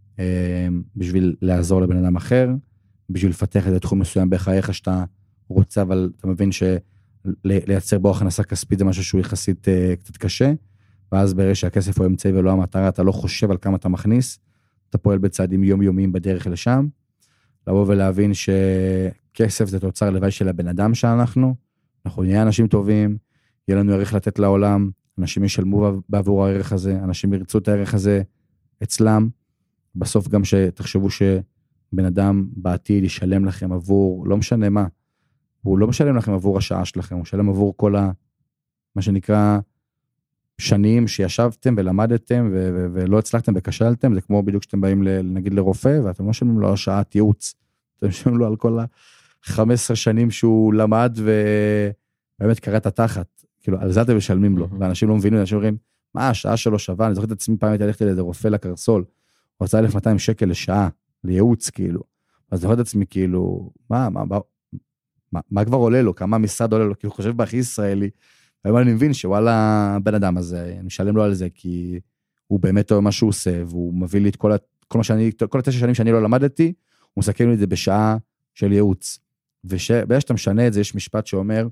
בשביל לעזור לבן אדם אחר, בשביל לפתח את התחום מסוים בחייך שאתה רוצה, אבל אתה מבין שלייצר בו הכנסה כספית זה משהו שהוא יחסית קצת קשה, ואז ברגע שהכסף הוא אמצעי ולא המטרה, אתה לא חושב על כמה אתה מכניס, אתה פועל בצעדים יומיומיים בדרך לשם, לבוא ולהבין שכסף זה תוצר לוואי של הבן אדם שאנחנו, אנחנו נהיה אנשים טובים, יהיה לנו ערך לתת לעולם, אנשים ישלמו בעבור הערך הזה, אנשים ירצו את הערך הזה אצלם, בסוף גם שתחשבו שבן אדם בעתיד ישלם לכם עבור, לא משנה מה, הוא לא משלם לכם עבור השעה שלכם, הוא משלם עבור כל ה... מה שנקרא שנים שישבתם ולמדתם ו- ו- ולא הצלחתם וכשלתם, זה כמו בדיוק שאתם באים נגיד לרופא, ואתם לא שומעים לו על שעת ייעוץ, אתם שומעים לו על כל ה-חמש עשרה שנים שהוא למד ובאמת קרא את התחת, כאילו על זה אתם משלמים לו, ואנשים לא מבינים, אנשים אומרים, מה השעה שלו שווה, אני זוכר את עצמי פעם הייתי הלכתי לאיזה רופא לקרסול, הוא רצה אלף מאתיים שקל לשעה, לייעוץ כאילו, אז זוכר את עצמי כאילו, מה, מה, מה, מה, מה כבר עולה לו, כמה משרד עולה לו, כאילו חושב בהכי ישראלי, היום אני מבין שוואלה, בן אדם הזה, אני משלם לו על זה, כי הוא באמת אוהב מה שהוא עושה, והוא מביא לי את כל, כל מה שאני, כל התשע שנים שאני לא למדתי, הוא מסכם לי את זה בשעה של ייעוץ. וברגע שאתה משנה את זה, יש משפט שאומר,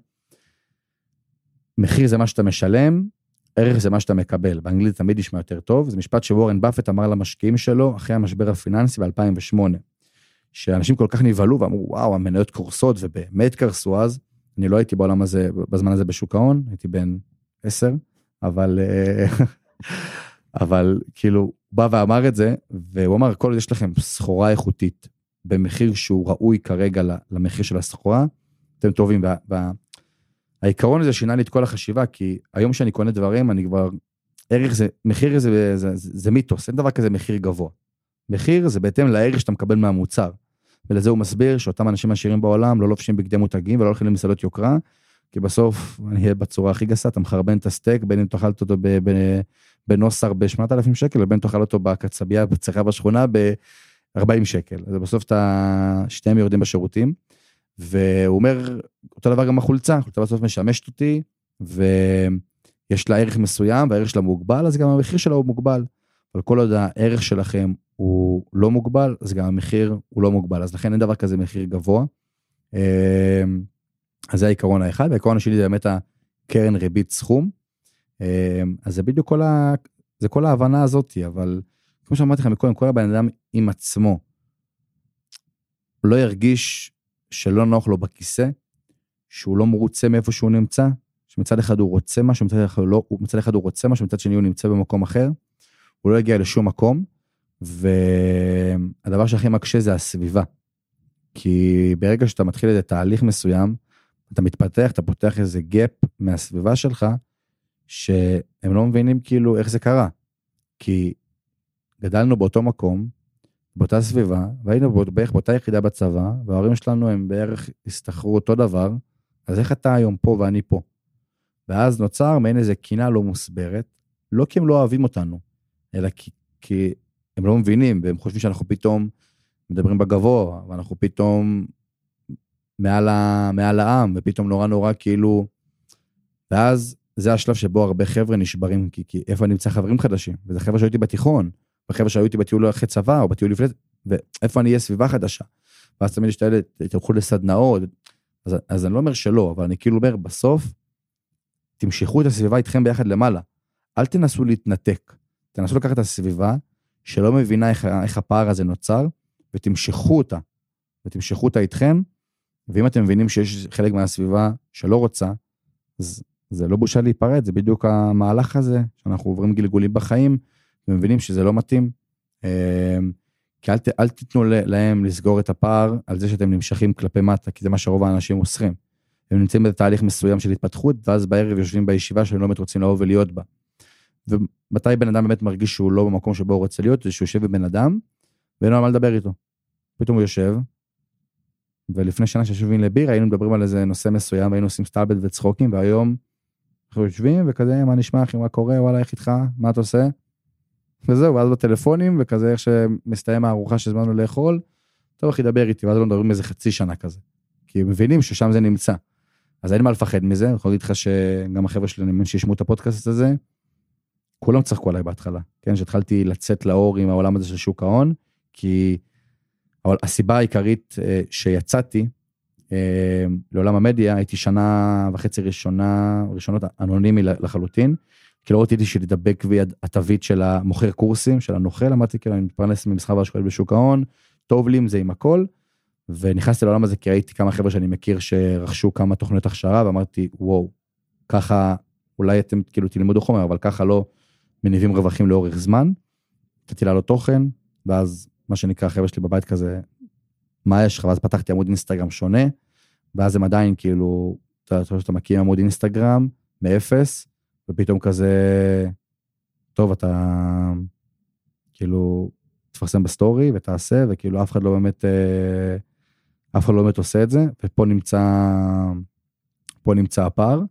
מחיר זה מה שאתה משלם, ערך זה מה שאתה מקבל. באנגלית תמיד ישמע יותר טוב, זה משפט שוורן באפט אמר למשקיעים שלו, אחרי המשבר הפיננסי ב-אלפיים ושמונה, שאנשים כל כך נבהלו, ואמרו, וואו, המניות קורסות, ובאמת קרסו אז, אני לא הייתי בעולם הזה, בזמן הזה בשוק ההון, הייתי בן עשר, אבל, אבל כאילו, בא ואמר את זה, והוא אמר, כל יש לכם סחורה איכותית, במחיר שהוא ראוי כרגע למחיר של הסחורה, אתם טובים, והעיקרון הזה שינה לי את כל החשיבה, כי היום שאני קונה דברים, אני כבר, ערך זה, מחיר זה, זה, זה, זה מיתוס, אין דבר כזה מחיר גבוה. מחיר זה בהתאם לערך שאתה מקבל מהמוצר. ולזה הוא מסביר שאותם אנשים עשירים בעולם לא לובשים בגדי מותגים ולא הולכים למסעדות יוקרה, כי בסוף אני אהיה בצורה הכי גסה, אתה מחרבן את הסטייק, בין אם תאכל אותו בנוסר ב-שמונת אלפים שקל, ובין תאכל אותו בקצבייה בצריכה בשכונה ארבעים שקל, אז בסוף אתה, שתיהם יורדים בשירותים, והוא אומר, אותו דבר גם החולצה, החולצה בסוף משמשת אותי, ויש לה ערך מסוים, והערך שלה מוגבל, אז גם המחיר שלה הוא מוגבל, אבל כל עוד הערך שלכם הוא לא מוגבל, אז גם המחיר הוא לא מוגבל, אז לכן אין דבר כזה מחיר גבוה, אז זה העיקרון האחד, והעיקרון השני זה באמת הקרן ריבית סכום, אז זה בדיוק כל, ה... זה כל ההבנה הזאת, אבל כמו שאמרתי לך מקודם, כל הבן אדם עם עצמו, לא ירגיש שלא נוח לו בכיסא, שהוא לא מרוצה מאיפה שהוא נמצא, שמצד אחד הוא רוצה משהו, מצד אחד, לא, מצד אחד הוא רוצה משהו, מצד שני הוא נמצא במקום אחר, הוא לא יגיע לשום מקום, והדבר שהכי מקשה זה הסביבה, כי ברגע שאתה מתחיל איזה תהליך מסוים, אתה מתפתח, אתה פותח איזה גאפ מהסביבה שלך, שהם לא מבינים כאילו איך זה קרה, כי גדלנו באותו מקום, באותה סביבה, והיינו בערך באותה יחידה בצבא, וההורים שלנו הם בערך הסתחרו אותו דבר, אז איך אתה היום פה ואני פה? ואז נוצר מעין איזה קינה לא מוסברת, לא כי הם לא אוהבים אותנו, אלא כי, כי הם לא מבינים, והם חושבים שאנחנו פתאום מדברים בגבוה, ואנחנו פתאום מעל, ה, מעל העם, ופתאום נורא נורא כאילו, ואז זה השלב שבו הרבה חבר'ה נשברים, כי, כי איפה אני נמצא חברים חדשים, וזה חבר'ה שהייתי בתיכון, וחבר'ה שהיו איתי בטיול אחרי צבא, או בטיול לפני, ואיפה אני אהיה סביבה חדשה, ואז תמיד יש את האלה, תלכו לסדנאות, אז, אז אני לא אומר שלא, אבל אני כאילו אומר, בסוף, תמשכו את הסביבה איתכם ביחד למעלה, אל תנסו להתנתק, תנסו לקחת את הסביבה, שלא מבינה איך, איך הפער הזה נוצר, ותמשכו אותה, ותמשכו אותה איתכם, ואם אתם מבינים שיש חלק מהסביבה שלא רוצה, אז זה לא בושה להיפרד, זה בדיוק המהלך הזה, שאנחנו עוברים גלגולים בחיים, ומבינים שזה לא מתאים, כי אל, אל תיתנו להם לסגור את הפער, על זה שאתם נמשכים כלפי מטה, כי זה מה שרוב האנשים עושים. הם נמצאים בתהליך מסוים של התפתחות, ואז בערב יושבים בישיבה שהם לא באמת רוצים לבוא ולהיות בה. ומתי בן אדם באמת מרגיש שהוא לא במקום שבו הוא רוצה להיות, זה שהוא יושב בבן אדם, ואין לו מה לדבר איתו. פתאום הוא יושב, ולפני שנה שיושבים לבירה, היינו מדברים על איזה נושא מסוים, היינו עושים סטלבט וצחוקים, והיום אנחנו יושבים, וכזה, מה נשמע, אחי, מה קורה, וואלה, איך איתך, מה אתה עושה? וזהו, ואז בטלפונים, וכזה, איך שמסתיים הארוחה שזמנו לאכול, טוב, אחי, דבר איתי, ואז לא מדברים איזה חצי שנה כזה. כי מבינים ששם זה נמצא. אז אין מה לפחד מזה, אני יכול להגיד לך שגם החבר'ה שלי, אני מבין שישמעו את הפודקאסט הזה, כולם צחקו עליי בהתחלה, כן, שהתחלתי לצאת לאור עם העולם הזה של שוק ההון, כי אבל הסיבה העיקרית שיצאתי לעולם המדיה, הייתי שנה וחצי ראשונה, ראשונות אנונימי לחלוטין, כי לא רציתי שלדבק והתווית של המוכר קורסים, של הנוכל, אמרתי כאילו אני מתפרנס ממסחר והשקעות בשוק ההון, טוב לי עם זה עם הכל, ונכנסתי לעולם הזה כי ראיתי כמה חבר'ה שאני מכיר שרכשו כמה תוכניות הכשרה, ואמרתי וואו, ככה אולי אתם כאילו תלמדו חומר, אבל ככה לא מניבים רווחים לאורך זמן, תתי לעלות תוכן, ואז מה שנקרא חבר'ה שלי בבית כזה, מה יש לך? ואז פתחתי עמוד אינסטגרם שונה, ואז הם עדיין כאילו, אתה, אתה מקים עמוד אינסטגרם מאפס, ופתאום כזה, טוב, אתה כאילו תפרסם בסטורי ותעשה, וכאילו אף אחד לא באמת, אף אחד לא באמת עושה את זה, ופה נמצא, פה נמצא הפער,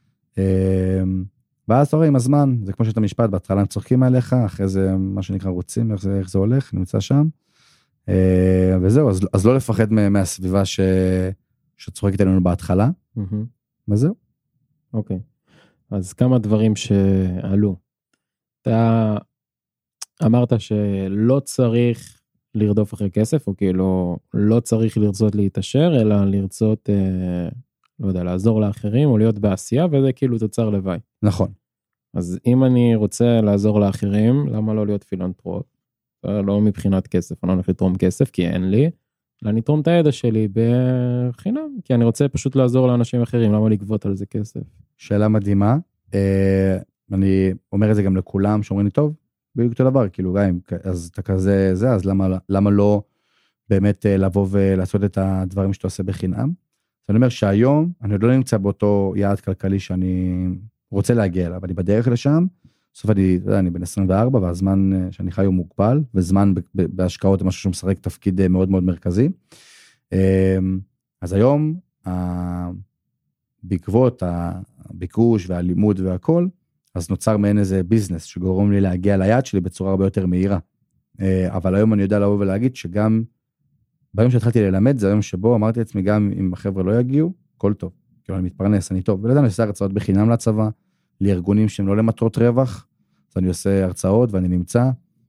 ואז אתה רואה עם הזמן, זה כמו שאתה משפט, בהתחלה הם צוחקים עליך, אחרי זה מה שנקרא רוצים, איך זה, איך זה הולך, נמצא שם, וזהו, אז, אז לא לפחד מהסביבה ש, שצוחקת עלינו בהתחלה, וזהו. אוקיי, אז כמה דברים שעלו. אתה אמרת שלא צריך לרדוף אחרי כסף, או כאילו לא צריך לרצות להתעשר, אלא לרצות, לא יודע, לעזור לאחרים, או להיות בעשייה, וזה כאילו תוצר לוואי. נכון. אז אם אני רוצה לעזור לאחרים, למה לא להיות פילנתרופ? לא מבחינת כסף, אני לא הולך לתרום כסף, כי אין לי, אלא אני אתרום את הידע שלי בחינם, כי אני רוצה פשוט לעזור לאנשים אחרים, למה לגבות על זה כסף? שאלה מדהימה, אני אומר את זה גם לכולם, שאומרים לי, טוב, בדיוק אותו דבר, כאילו, גם, אז אתה כזה זה, אז למה, למה לא באמת לבוא ולעשות את הדברים שאתה עושה בחינם? אז אני אומר שהיום, אני עוד לא נמצא באותו יעד כלכלי שאני רוצה להגיע אליו, אני בדרך לשם, בסוף אני, אני בן עשרים וארבע, והזמן שאני חי הוא מוגבל, וזמן בהשקעות זה משהו שמשחק תפקיד מאוד מאוד מרכזי. אז היום, בעקבות הביקוש והלימוד והכל, אז נוצר מעין איזה ביזנס, שגורם לי להגיע ליעד שלי בצורה הרבה יותר מהירה. אבל היום אני יודע לבוא ולהגיד שגם ביום שהתחלתי ללמד, זה היום שבו אמרתי לעצמי, גם אם החבר'ה לא יגיעו, הכל טוב. כאילו אני מתפרנס, אני טוב. ולדענו, אני עושה הרצאות בחינם לצבא, לארגונים שהם לא למטרות רווח, אז אני עושה הרצאות ואני נמצא.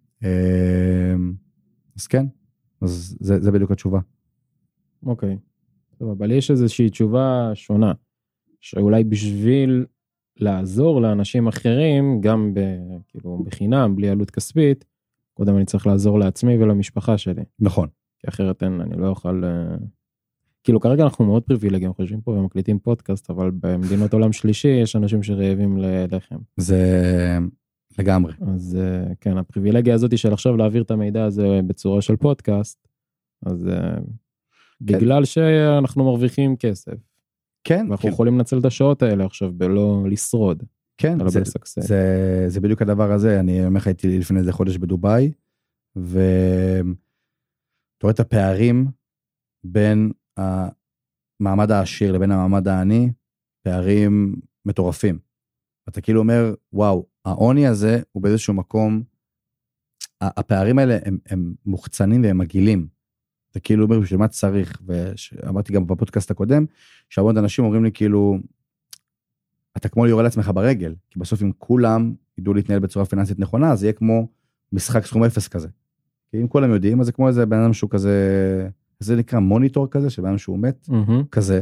אז כן, אז זה, זה בדיוק התשובה. אוקיי. טוב, אבל יש איזושהי תשובה שונה, שאולי בשביל לעזור לאנשים אחרים, גם ב, כאילו, בחינם, בלי עלות כספית, קודם אני צריך לעזור לעצמי ולמשפחה שלי. נכון. כי אחרת אין, אני לא אוכל... כאילו כרגע אנחנו מאוד פריבילגיים, חושבים פה ומקליטים פודקאסט, אבל במדינות עולם שלישי יש אנשים שרעבים ללחם. זה לגמרי. אז כן, הפריבילגיה הזאת של עכשיו להעביר את המידע הזה בצורה של פודקאסט, אז בגלל שאנחנו מרוויחים כסף. כן. ואנחנו יכולים לנצל את השעות האלה עכשיו בלא לשרוד. כן, זה, זה, זה בדיוק הדבר הזה. אני אומר לך, הייתי לפני איזה חודש בדוביי, ואתה רואה את הפערים בין המעמד העשיר לבין המעמד העני, פערים מטורפים. אתה כאילו אומר, וואו, העוני הזה הוא באיזשהו מקום, הפערים האלה הם, הם מוחצנים והם מגילים. אתה כאילו אומר, בשביל מה צריך? ואמרתי גם בפודקאסט הקודם, שהרבה אנשים אומרים לי כאילו, אתה כמו ליורה לעצמך ברגל, כי בסוף אם כולם ידעו להתנהל בצורה פיננסית נכונה, אז יהיה כמו משחק סכום אפס כזה. כי אם כולם יודעים, אז זה כמו איזה בן אדם שהוא כזה, זה נקרא מוניטור כזה, שבן אדם שהוא מת, mm-hmm. כזה.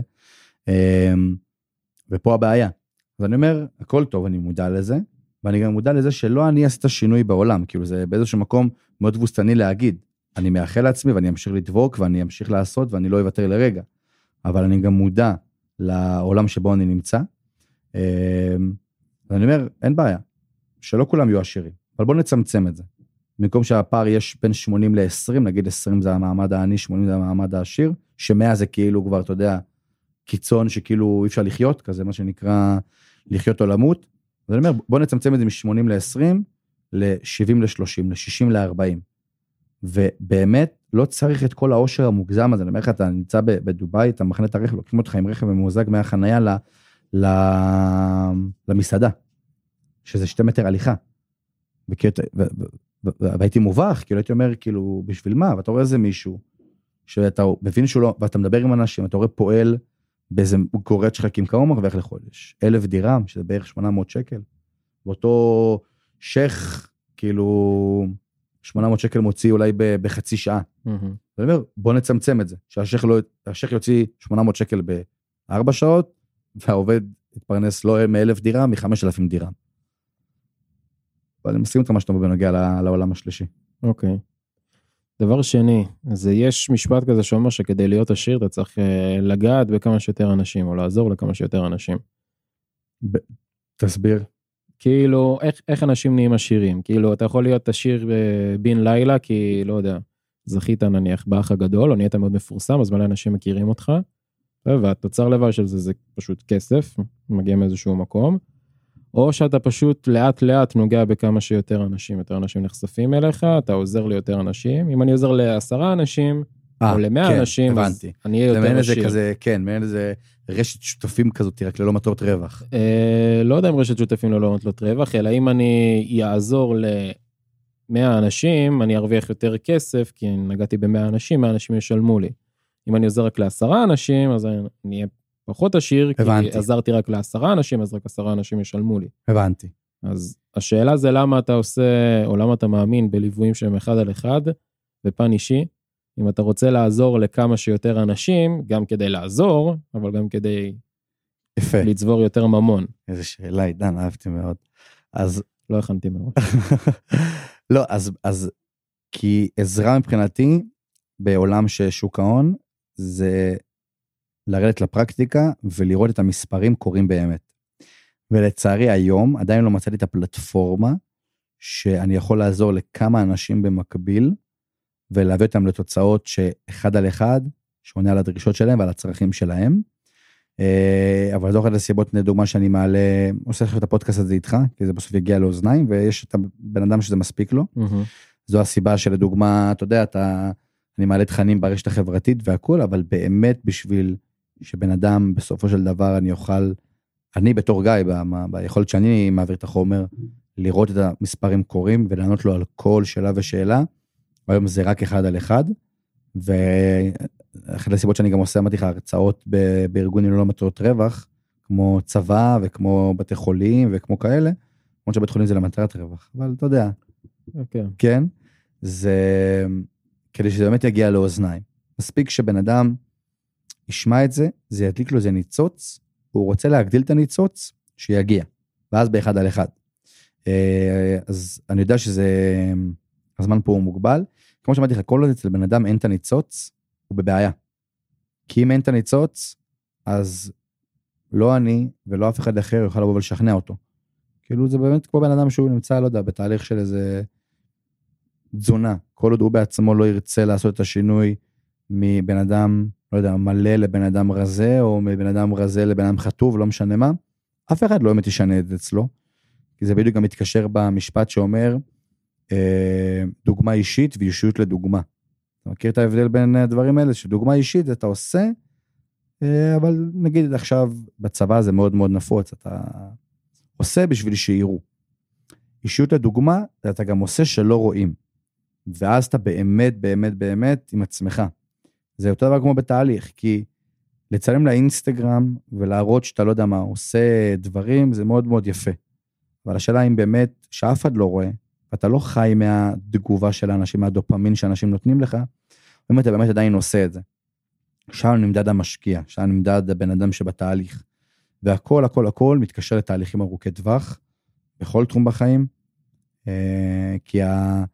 ופה הבעיה. אז אני אומר, הכל טוב, אני מודע לזה, ואני גם מודע לזה שלא אני עשית שינוי בעולם, כאילו זה באיזשהו מקום מאוד תבוסתני להגיד, אני מאחל לעצמי ואני אמשיך לדבוק, ואני אמשיך לעשות, ואני לא אוותר לרגע. אבל אני גם מודע לעולם שבו אני נמצא, ואני אומר, אין בעיה, שלא כולם יהיו עשירים, אבל בואו נצמצם את זה. במקום שהפער יש בין שמונים ל-עשרים, נגיד עשרים זה המעמד העני, שמונים זה המעמד העשיר, ש-מאה זה כאילו כבר, אתה יודע, קיצון שכאילו אי אפשר לחיות, כזה מה שנקרא לחיות או למות. אז אני אומר, בואו נצמצם את זה מ-שמונים ל-עשרים, ל-שבעים ל-שלושים, ל-שישים ל-ארבעים. ובאמת לא צריך את כל העושר המוגזם הזה. אני אומר לך, אתה נמצא בדוביי, אתה מכנה את הרכב, לוקחים אותך עם רכב ממוזג מהחנייה ל... למסעדה, שזה שתי מטר הליכה. והייתי מובך, כאילו הייתי אומר, כאילו, בשביל מה? ואתה רואה איזה מישהו, שאתה מבין שהוא לא, ואתה מדבר עם אנשים, אתה רואה פועל באיזה גורד שחקים, כמה מרוויח לחודש? אלף דירם, שזה בערך שמונה מאות שקל. ואותו שייך, כאילו, שמונה מאות שקל מוציא אולי בחצי שעה. ואני אומר, בוא נצמצם את זה, שהשייך יוציא שמונה מאות שקל בארבע שעות, והעובד התפרנס לא מאלף דירה, מחמש אלפים דירה. אבל אני מסכים אותך מה שאתה אומר בנוגע לעולם השלישי. אוקיי. דבר שני, זה יש משפט כזה שאומר שכדי להיות עשיר, אתה צריך לגעת בכמה שיותר אנשים, או לעזור לכמה שיותר אנשים. תסביר. כאילו, איך, איך אנשים נהיים עשירים? כאילו, אתה יכול להיות עשיר בין לילה, כי, לא יודע, זכית נניח באח הגדול, או נהיית מאוד מפורסם, אז מלא אנשים מכירים אותך, והתוצר לב של זה, זה פשוט כסף, מגיע מאיזשהו מקום, או שאתה פשוט לאט לאט נוגע בכמה שיותר אנשים, יותר אנשים נחשפים אליך, אתה עוזר ליותר אנשים, אם אני עוזר לעשרה אנשים, 아, או למאה כן, אנשים, הבנתי. אז אני אהיה יותר עשיר. כזה, כן, מעין איזה רשת שותפים כזאת, רק ללא מטרות רווח. אה, לא יודע אם רשת שותפים ללא מטרות רווח, אלא אם אני יעזור למאה אנשים, אני ארוויח יותר כסף, כי נגעתי במאה אנשים, מאה אנשים ישלמו לי. אם אני עוזר רק לעשרה אנשים, אז אני אהיה פחות עשיר, הבנתי. כי עזרתי רק לעשרה אנשים, אז רק עשרה אנשים ישלמו לי. הבנתי. אז השאלה זה למה אתה עושה, או למה אתה מאמין בליוויים שהם אחד על אחד, בפן אישי, אם אתה רוצה לעזור לכמה שיותר אנשים, גם כדי לעזור, אבל גם כדי יפה. לצבור יותר ממון. איזו שאלה, עידן, אהבתי מאוד. אז... לא הכנתי מאוד. לא, אז, אז, כי עזרה מבחינתי, בעולם ששוק ההון, זה לרדת לפרקטיקה, ולראות את המספרים קורים באמת. ולצערי היום, עדיין לא מצאתי את הפלטפורמה, שאני יכול לעזור לכמה אנשים במקביל, ולהביא אותם לתוצאות שאחד על אחד, שעונה על הדרישות שלהם ועל הצרכים שלהם. אבל זו אחת הסיבות, לדוגמה שאני מעלה, עושה לך את הפודקאסט הזה איתך, כי זה בסוף יגיע לאוזניים, ויש את הבן אדם שזה מספיק לו. זו הסיבה שלדוגמה, אתה יודע, אתה, אני מעלה תכנים ברשת החברתית והכל, אבל באמת בשביל שבן אדם בסופו של דבר אני אוכל, אני בתור גיא, ב- ביכולת שאני מעביר את החומר, לראות את המספרים קורים, ולענות לו על כל שאלה ושאלה, היום זה רק אחד על אחד, ואחת הסיבות שאני גם עושה, אמרתי לך, הרצאות בארגונים ללא מטרות רווח, כמו צבא וכמו בתי חולים וכמו כאלה, כמו שבית חולים זה למטרת רווח, אבל אתה יודע, okay. כן, זה כדי שזה באמת יגיע לאוזניים. מספיק שבן אדם ישמע את זה, זה ידליק לו איזה ניצוץ, הוא רוצה להגדיל את הניצוץ, שיגיע, ואז באחד על אחד. אז אני יודע שזה, הזמן פה הוא מוגבל, כמו שאמרתי לך, כל עוד אצל בן אדם אין את הניצוץ, הוא בבעיה. כי אם אין את הניצוץ, אז לא אני ולא אף אחד אחר יוכל לבוא ולשכנע אותו. כאילו זה באמת כמו בן אדם שהוא נמצא, לא יודע, בתהליך של איזה תזונה. כל עוד הוא בעצמו לא ירצה לעשות את השינוי מבן אדם, לא יודע, מלא לבן אדם רזה, או מבן אדם רזה לבן אדם חטוב, לא משנה מה. אף אחד לא באמת ישנה את זה אצלו. כי זה בדיוק גם מתקשר במשפט שאומר, דוגמה אישית ואישיות לדוגמה. אתה מכיר את ההבדל בין הדברים האלה? שדוגמה אישית אתה עושה, אבל נגיד עכשיו בצבא זה מאוד מאוד נפוץ, אתה עושה בשביל שיראו. אישיות לדוגמה, אתה גם עושה שלא רואים. ואז אתה באמת, באמת, באמת עם עצמך. זה יותר דבר כמו בתהליך, כי לצלם לאינסטגרם ולהראות שאתה לא יודע מה, עושה דברים, זה מאוד מאוד יפה. אבל השאלה אם באמת שאף אחד לא רואה, ואתה לא חי מהתגובה של האנשים, מהדופמין שאנשים נותנים לך, אם אתה באמת עדיין עושה את זה. שם נמדד המשקיע, שם נמדד הבן אדם שבתהליך. והכל, הכל, הכל מתקשר לתהליכים ארוכי טווח, בכל תחום בחיים, כי ה...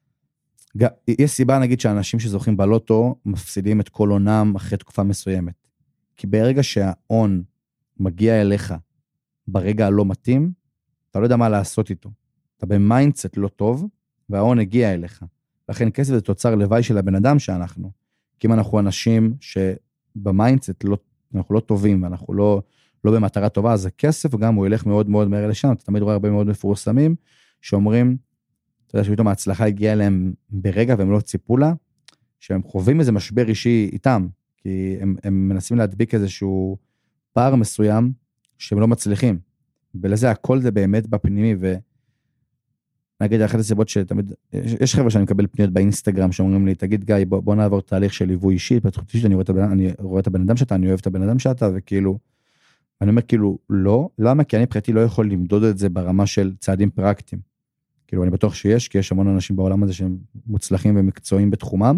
יש סיבה נגיד שאנשים שזוכים בלוטו, מפסידים את כל עונם אחרי תקופה מסוימת. כי ברגע שהעון מגיע אליך, ברגע הלא מתאים, אתה לא יודע מה לעשות איתו. אתה במיינדסט לא טוב, והעון הגיע אליך. לכן כסף זה תוצר לוואי של הבן אדם שאנחנו. כי אם אנחנו אנשים שבמיינדסט לא, אנחנו לא טובים, ואנחנו לא, לא במטרה טובה, אז הכסף גם הוא ילך מאוד מאוד מהר לשם. אתה תמיד רואה הרבה מאוד מפורסמים, שאומרים, אתה יודע שפתאום ההצלחה הגיעה אליהם ברגע, והם לא ציפו לה, שהם חווים איזה משבר אישי איתם, כי הם, הם מנסים להדביק איזשהו פער מסוים, שהם לא מצליחים. ולזה הכל זה באמת בפנימי, ונגיד, אחת הסיבות שתמיד, יש, יש חבר'ה שאני מקבל פניות באינסטגרם, שאומרים לי, תגיד גיא, בוא, בוא נעבור תהליך של ליווי אישי, פתחות אישית, אני רואה את הבן, אני רואה את הבן אדם שאתה, אני אוהב את הבן אדם שאתה, וכאילו, אני אומר כאילו, לא, למה? כי אני מבחינתי לא יכול למדוד את זה ברמה של צעדים פרקטיים. כאילו, אני בטוח שיש, כי יש המון אנשים בעולם הזה שהם מוצלחים ומקצועיים בתחומם,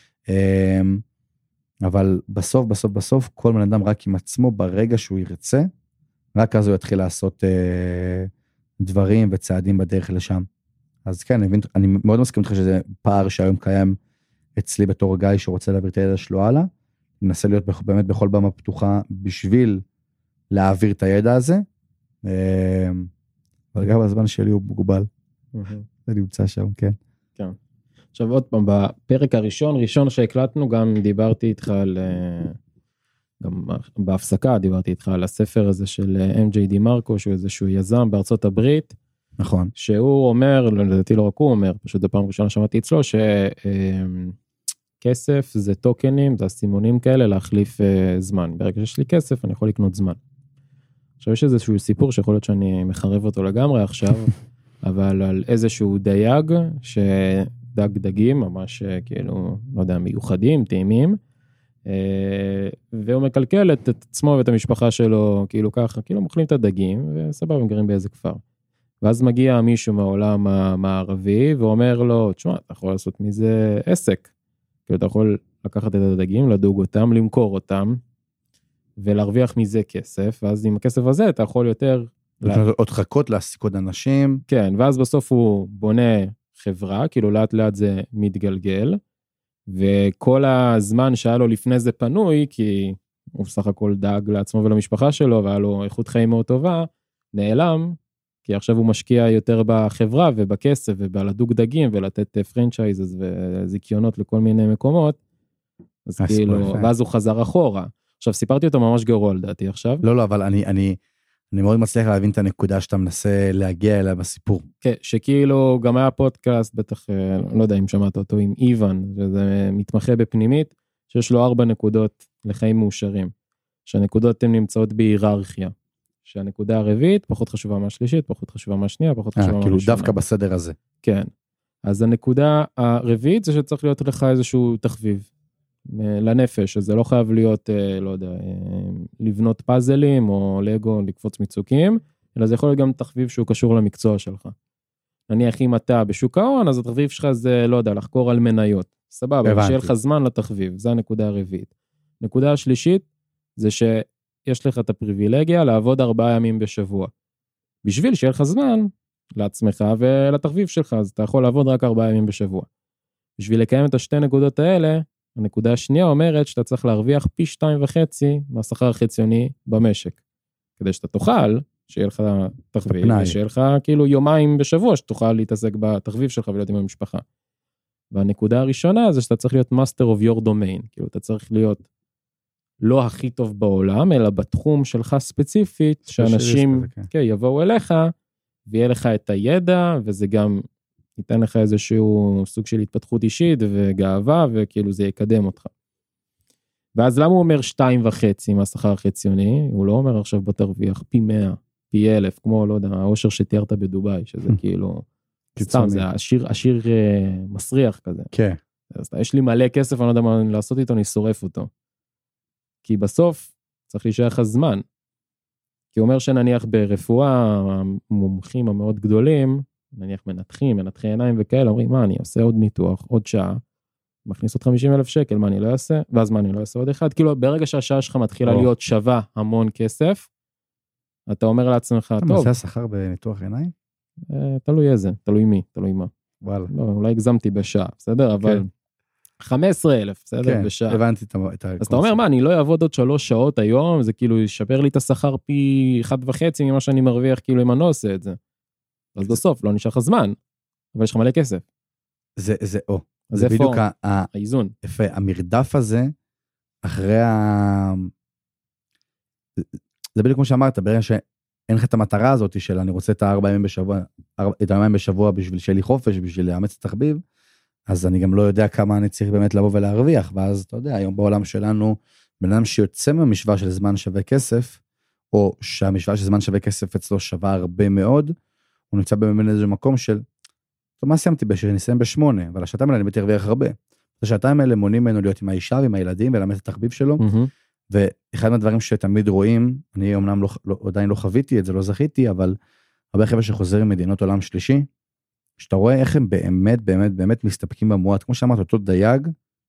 אבל בסוף, בסוף, בסוף, כל בן אדם רק עם עצמו, ברגע שהוא ירצה, רק אז הוא יתחיל לעשות אה, דברים וצעדים בדרך לשם. אז כן, אני, מבין, אני מאוד מסכים איתך שזה פער שהיום קיים אצלי בתור גיא שרוצה להעביר את הידע שלו הלאה, מנסה להיות באמת בכל במה פתוחה בשביל להעביר את הידע הזה, אה, אבל גם הזמן שלי הוא מוגבל. זה נמצא שם, כן. כן. עכשיו עוד פעם, בפרק הראשון, ראשון שהקלטנו, גם דיברתי איתך על... גם בהפסקה דיברתי איתך על הספר הזה של אם ג'יי די מרקו, שהוא איזשהו יזם בארצות הברית. נכון. שהוא אומר, לדעתי לא רק הוא אומר, פשוט בפעם ראשונה שמעתי אצלו, שכסף זה טוקנים, זה הסימונים כאלה להחליף זמן. ברגע שיש לי כסף, אני יכול לקנות זמן. עכשיו יש איזשהו סיפור שיכול להיות שאני מחרב אותו לגמרי עכשיו, אבל על איזשהו דייג, שדג דגים, ממש כאילו, לא יודע, מיוחדים, טעימים, והוא מקלקל את עצמו ואת המשפחה שלו, כאילו ככה, כאילו מוכלים את הדגים, וסבבה, הם גרים באיזה כפר. ואז מגיע מישהו מהעולם המערבי, ואומר לו, תשמע, אתה יכול לעשות מזה עסק. כאילו אתה יכול לקחת את הדגים, לדוג אותם, למכור אותם, ולהרוויח מזה כסף, ואז עם הכסף הזה אתה יכול יותר... עוד חכות להעסיק עוד אנשים. כן, ואז בסוף הוא בונה חברה, כאילו לאט לאט זה מתגלגל, וכל הזמן שהיה לו לפני זה פנוי, כי הוא בסך הכל דאג לעצמו ולמשפחה שלו, והיה לו איכות חיים מאוד טובה, נעלם, כי עכשיו הוא משקיע יותר בחברה ובכסף, ובלדוג דגים, ולתת פרנצ'ייזס וזיקיונות לכל מיני מקומות, אז כאילו, ואז הוא חזר אחורה. עכשיו, סיפרתי אותו ממש גרוע לדעתי עכשיו. לא, לא, אבל אני, אני, אני מאוד מצליח להבין את הנקודה שאתה מנסה להגיע אליה בסיפור. כן, שכאילו גם היה פודקאסט, בטח, לא יודע אם שמעת אותו, עם איוון, שזה מתמחה בפנימית, שיש לו ארבע נקודות לחיים מאושרים, שהנקודות הן נמצאות בהיררכיה, שהנקודה הרביעית פחות חשובה מהשלישית, פחות חשובה מהשנייה, פחות חשובה מהראשונה. כאילו דווקא בסדר הזה. כן. אז הנקודה הרביעית זה שצריך להיות לך איזשהו תחביב לנפש, אז זה לא חייב להיות, לא יודע, לבנות פאזלים או לגו, לקפוץ מצוקים, אלא זה יכול להיות גם תחביב שהוא קשור למקצוע שלך. נניח אם אתה בשוק ההון, אז התחביב שלך זה, לא יודע, לחקור על מניות. סבבה, שיהיה לך זמן לתחביב, זה הנקודה הרביעית. נקודה השלישית, זה שיש לך את הפריבילגיה לעבוד ארבעה ימים בשבוע. בשביל שיהיה לך זמן לעצמך ולתחביב שלך, אז אתה יכול לעבוד רק ארבעה ימים בשבוע. בשביל לקיים את השתי נקודות האלה, הנקודה השנייה אומרת שאתה צריך להרוויח פי שתיים וחצי מהשכר החציוני במשק. כדי שאתה תוכל, שיהיה לך תחביב, ושיהיה לך כאילו יומיים בשבוע, שתוכל להתעסק בתחביב שלך ולהיות עם המשפחה. והנקודה הראשונה זה שאתה צריך להיות master of your domain, כאילו אתה צריך להיות לא הכי טוב בעולם, אלא בתחום שלך ספציפית, שאנשים כן. כן, יבואו אליך, ויהיה לך את הידע, וזה גם ייתן לך איזשהו סוג של התפתחות אישית, וגאווה, וכאילו זה יקדם אותך. ואז למה הוא אומר שתיים וחצי מהשכר החציוני? הוא לא אומר עכשיו בוא תרוויח פי מאה, פי אלף, כמו לא יודע, האושר שתיארת בדוביי, שזה כאילו, סתם, זה השיר, השיר מסריח כזה. כן. אז יש לי מלא כסף, אני לא יודע מה לעשות איתו, אני שורף אותו. כי בסוף צריך להישאר לך זמן. כי הוא אומר שנניח ברפואה, המומחים המאוד גדולים, נניח מנתחים, מנתחי עיניים וכאלה, אומרים, מה, אני עושה עוד ניתוח, עוד שעה, מכניס עוד חמישים אלף שקל, מה אני לא אעשה? ואז מה אני לא אעשה עוד אחד? כאילו, ברגע שהשעה שלך מתחילה להיות שווה המון כסף, אתה אומר לעצמך, טוב. אתה עושה שכר בניתוח עיניים? תלוי איזה, תלוי מי, תלוי מה. וואלה. לא, אולי הגזמתי בשעה, בסדר? אבל חמישה עשר אלף, בסדר? בשעה. הבנתי את הקונספט. אז אתה אומר, מה, אני לא אעבוד עוד שלוש שעות היום, זה כאילו ישפר לי את השכר פי אחד וחצי ממה שאני מרוויח, כאילו אם אני לא עושה את זה. אז בסוף, לא נשאר לך זמן, אבל יש לך מלא כסף. זה, זה, או. זה בדיוק האיזון. יפה, המרדף הזה, אחרי ה... זה בדיוק כמו שאמרת, ברגע שאין לך את המטרה הזאת של אני רוצה את הארבע ימים בשבוע, את הימים בשבוע בשביל שיהיה לי חופש, בשביל לאמץ את התחביב, אז אני גם לא יודע כמה אני צריך באמת לבוא ולהרוויח, ואז אתה יודע, היום בעולם שלנו, בן אדם שיוצא מהמשוואה של זמן שווה כסף, או שהמשוואה של זמן שווה כסף אצלו שווה הרבה מאוד, הוא נמצא במין איזה מקום של, טוב, מה סיימתי בשביל, אני אסיים בשמונה, אבל השעתיים האלה אני בטח ארוויח הרבה. השעתיים האלה מונים ממנו להיות עם האישה ועם הילדים, ולאמץ את התחביב שלו, ואחד מהדברים שתמיד רואים, אני אמנם לא, לא, עדיין לא חוויתי את זה, לא זכיתי, אבל הרבה חבר'ה שחוזרים ממדינות עולם שלישי, שאתה רואה איך הם באמת, באמת, באמת מסתפקים במועט, כמו שאמרת, אותו דייג,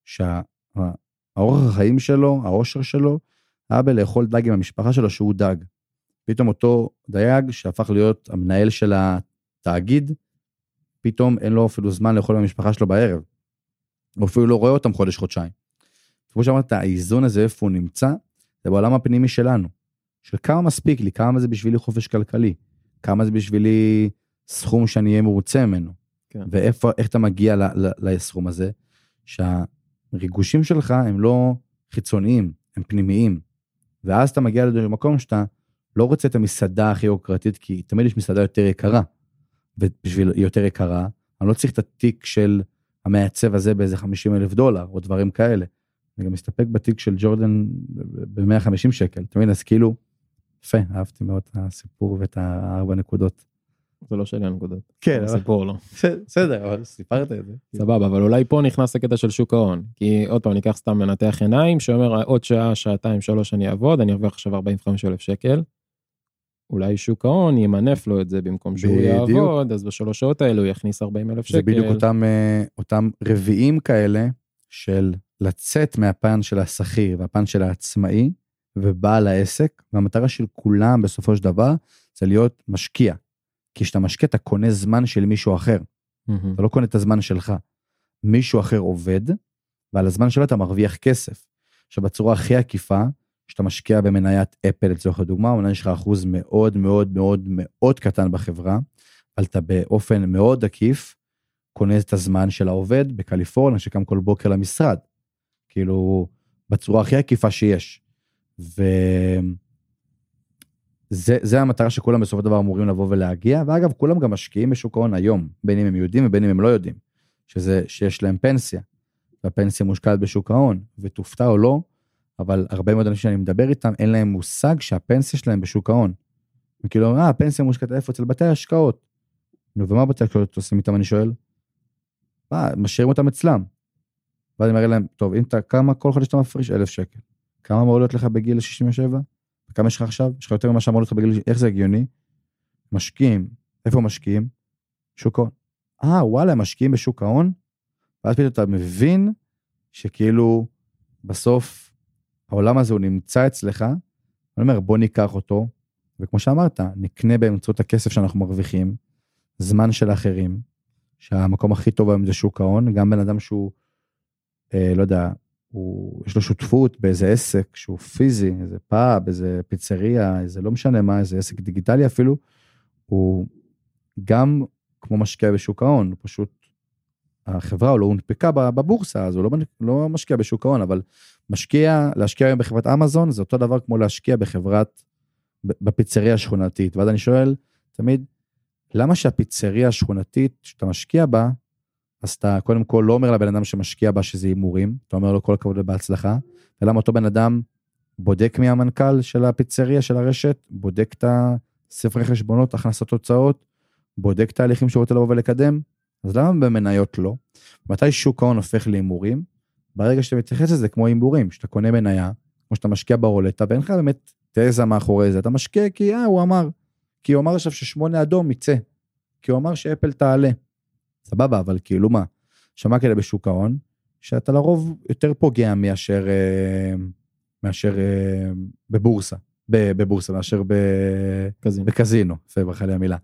שהאורח החיים שלו, האושר שלו, היה בלאכול דג עם המשפחה שלו, שהוא דג. פתאום אותו דייג, שהפך להיות המנהל של התאגיד, פתאום אין לו אפילו זמן לאכול במשפחה שלו בערב. הוא אפילו לא רואה אותם חודש, חודשיים. כמו שאמרת, האיזון הזה, איפה הוא נמצא, זה בעולם הפנימי שלנו. של כמה מספיק לי, כמה זה בשבילי חופש כלכלי, כמה זה בשבילי סכום שאני אהיה מרוצה ממנו. כן. ואיפה, איך אתה מגיע ל, ל, לסכום הזה, שהריגושים שלך הם לא חיצוניים, הם פנימיים. ואז אתה מגיע למקום שאתה לא רוצה את המסעדה הכי יוקרתית, כי תמיד יש מסעדה יותר יקרה, ובשביל יותר יקרה, אני לא צריך את התיק של המעצב הזה באיזה חמישים אלף דולר, או דברים כאלה. אני גם מסתפק בתיק של ג'ורדן ב-מאה וחמישים שקל. תמיד, אז כאילו, יפה, אהבתי מאוד את הסיפור ואת הארבע נקודות. זה לא שלי הנקודות. כן. סיפור לא. בסדר, אבל סיפרת את זה. סבבה, אבל אולי פה נכנס הקטע של שוק ההון. כי עוד פעם, ניקח סתם מנתח עיניים, שאומר, עוד שעה, שעתיים, שלוש אני אעבוד, אני ארוויח עכשיו ארבעים וחמישה אלף שקל. אולי שוק ההון ימנף לו את זה במקום שהוא יעבוד, אז בשלוש שעות האלו הוא יכניס ארבעים אלף שקל. זה בדיוק אותם, אותם רביעים כאלה של לצאת מהפן של השכיר והפן של העצמאי ובעל העסק, והמטרה של כולם בסופו של דבר זה להיות משקיע. כי כשאתה משקיע אתה קונה זמן של מישהו אחר. Mm-hmm. אתה לא קונה את הזמן שלך. מישהו אחר עובד, ועל הזמן שלו אתה מרוויח כסף. עכשיו בצורה הכי עקיפה, שאתה משקיע במניית אפל לצורך הדוגמה, המניה שלך אחוז מאוד מאוד מאוד מאוד קטן בחברה, אבל אתה באופן מאוד עקיף, קונה את הזמן של העובד בקליפורניה, שקם כל בוקר למשרד. כאילו, בצורה הכי עקיפה שיש. וזה, זה המטרה שכולם בסוף הדבר אמורים לבוא ולהגיע, ואגב, כולם גם משקיעים בשוק ההון היום, בין אם הם יודעים ובין אם הם לא יודעים, שזה, שיש להם פנסיה, והפנסיה מושקעת בשוק ההון, ותופתע או לא, אבל הרבה מאוד אנשים שאני מדבר איתם, אין להם מושג שהפנסיה שלהם בשוק ההון. וכאילו, אה, הפנסיה מושקעת איפה? אצל בתי ההשקעות. נו, ומה בתי ההשקעות עושים איתם, אני שואל? משאירים אותם אצלם. ואז אני מראה להם, טוב, אם אתה, כמה כל חודש אתה מפריש? אלף שקל. כמה אמור להיות לך בגיל שישים ושבע? וכמה יש לך עכשיו? יש לך יותר ממה שאמור להיות לך בגיל, איך זה הגיוני? משקיעים. איפה משקיעים? שוק ההון. אה, וואלה, משקיעים בשוק ההון? ואז פתאום אתה מבין שכאילו בסוף העולם הזה הוא נמצא אצלך, אני אומר, בוא ניקח אותו, וכמו שאמרת, נקנה באמצעות הכסף שאנחנו מרוויחים, זמן של אחרים, שהמקום הכי טוב היום זה שוק ההון, גם בן אדם שהוא, אה, לא יודע, הוא, יש לו שותפות באיזה עסק שהוא פיזי, איזה פאב, איזה פיצריה, איזה לא משנה מה, איזה עסק דיגיטלי אפילו, הוא גם כמו משקיע בשוק ההון, הוא פשוט, החברה הוא לא הונפקה בבורסה, אז הוא לא, לא משקיע בשוק ההון, אבל משקיע, להשקיע היום בחברת אמזון, זה אותו דבר כמו להשקיע בחברת, בפיצריה השכונתית, ואז אני שואל, תמיד, למה שהפיצריה השכונתית, שאתה משקיע בה, אז אתה קודם כל לא אומר לבן אדם שמשקיע בה שזה הימורים, אתה אומר לו כל הכבוד ובהצלחה, ולמה אותו בן אדם בודק מהמנכ"ל של הפיצריה, של הרשת, בודק את הספרי חשבונות, הכנסות תוצאות, בודק תהליכים שהוא רוצה לבוא ולקדם, אז למה במניות לא? מתי שוק ההון הופך להימורים? ברגע שאתה מתייחס לזה כמו הימורים, שאתה קונה מניה, כמו שאתה משקיע ברולטה, ואין לך באמת תזה מאחורי זה, אתה משקיע כי אה, הוא אמר, כי הוא אמר עכשיו ששמונה אדום יצא, כי הוא אמר שאפל תעלה, סבבה, אבל כאילו מה, שמע כאלה בשוק ההון, שאתה לרוב יותר פוגע מאשר, מאשר בבורסה, בבורסה, מאשר בקזינו, בקזינו, פברח לי המילה.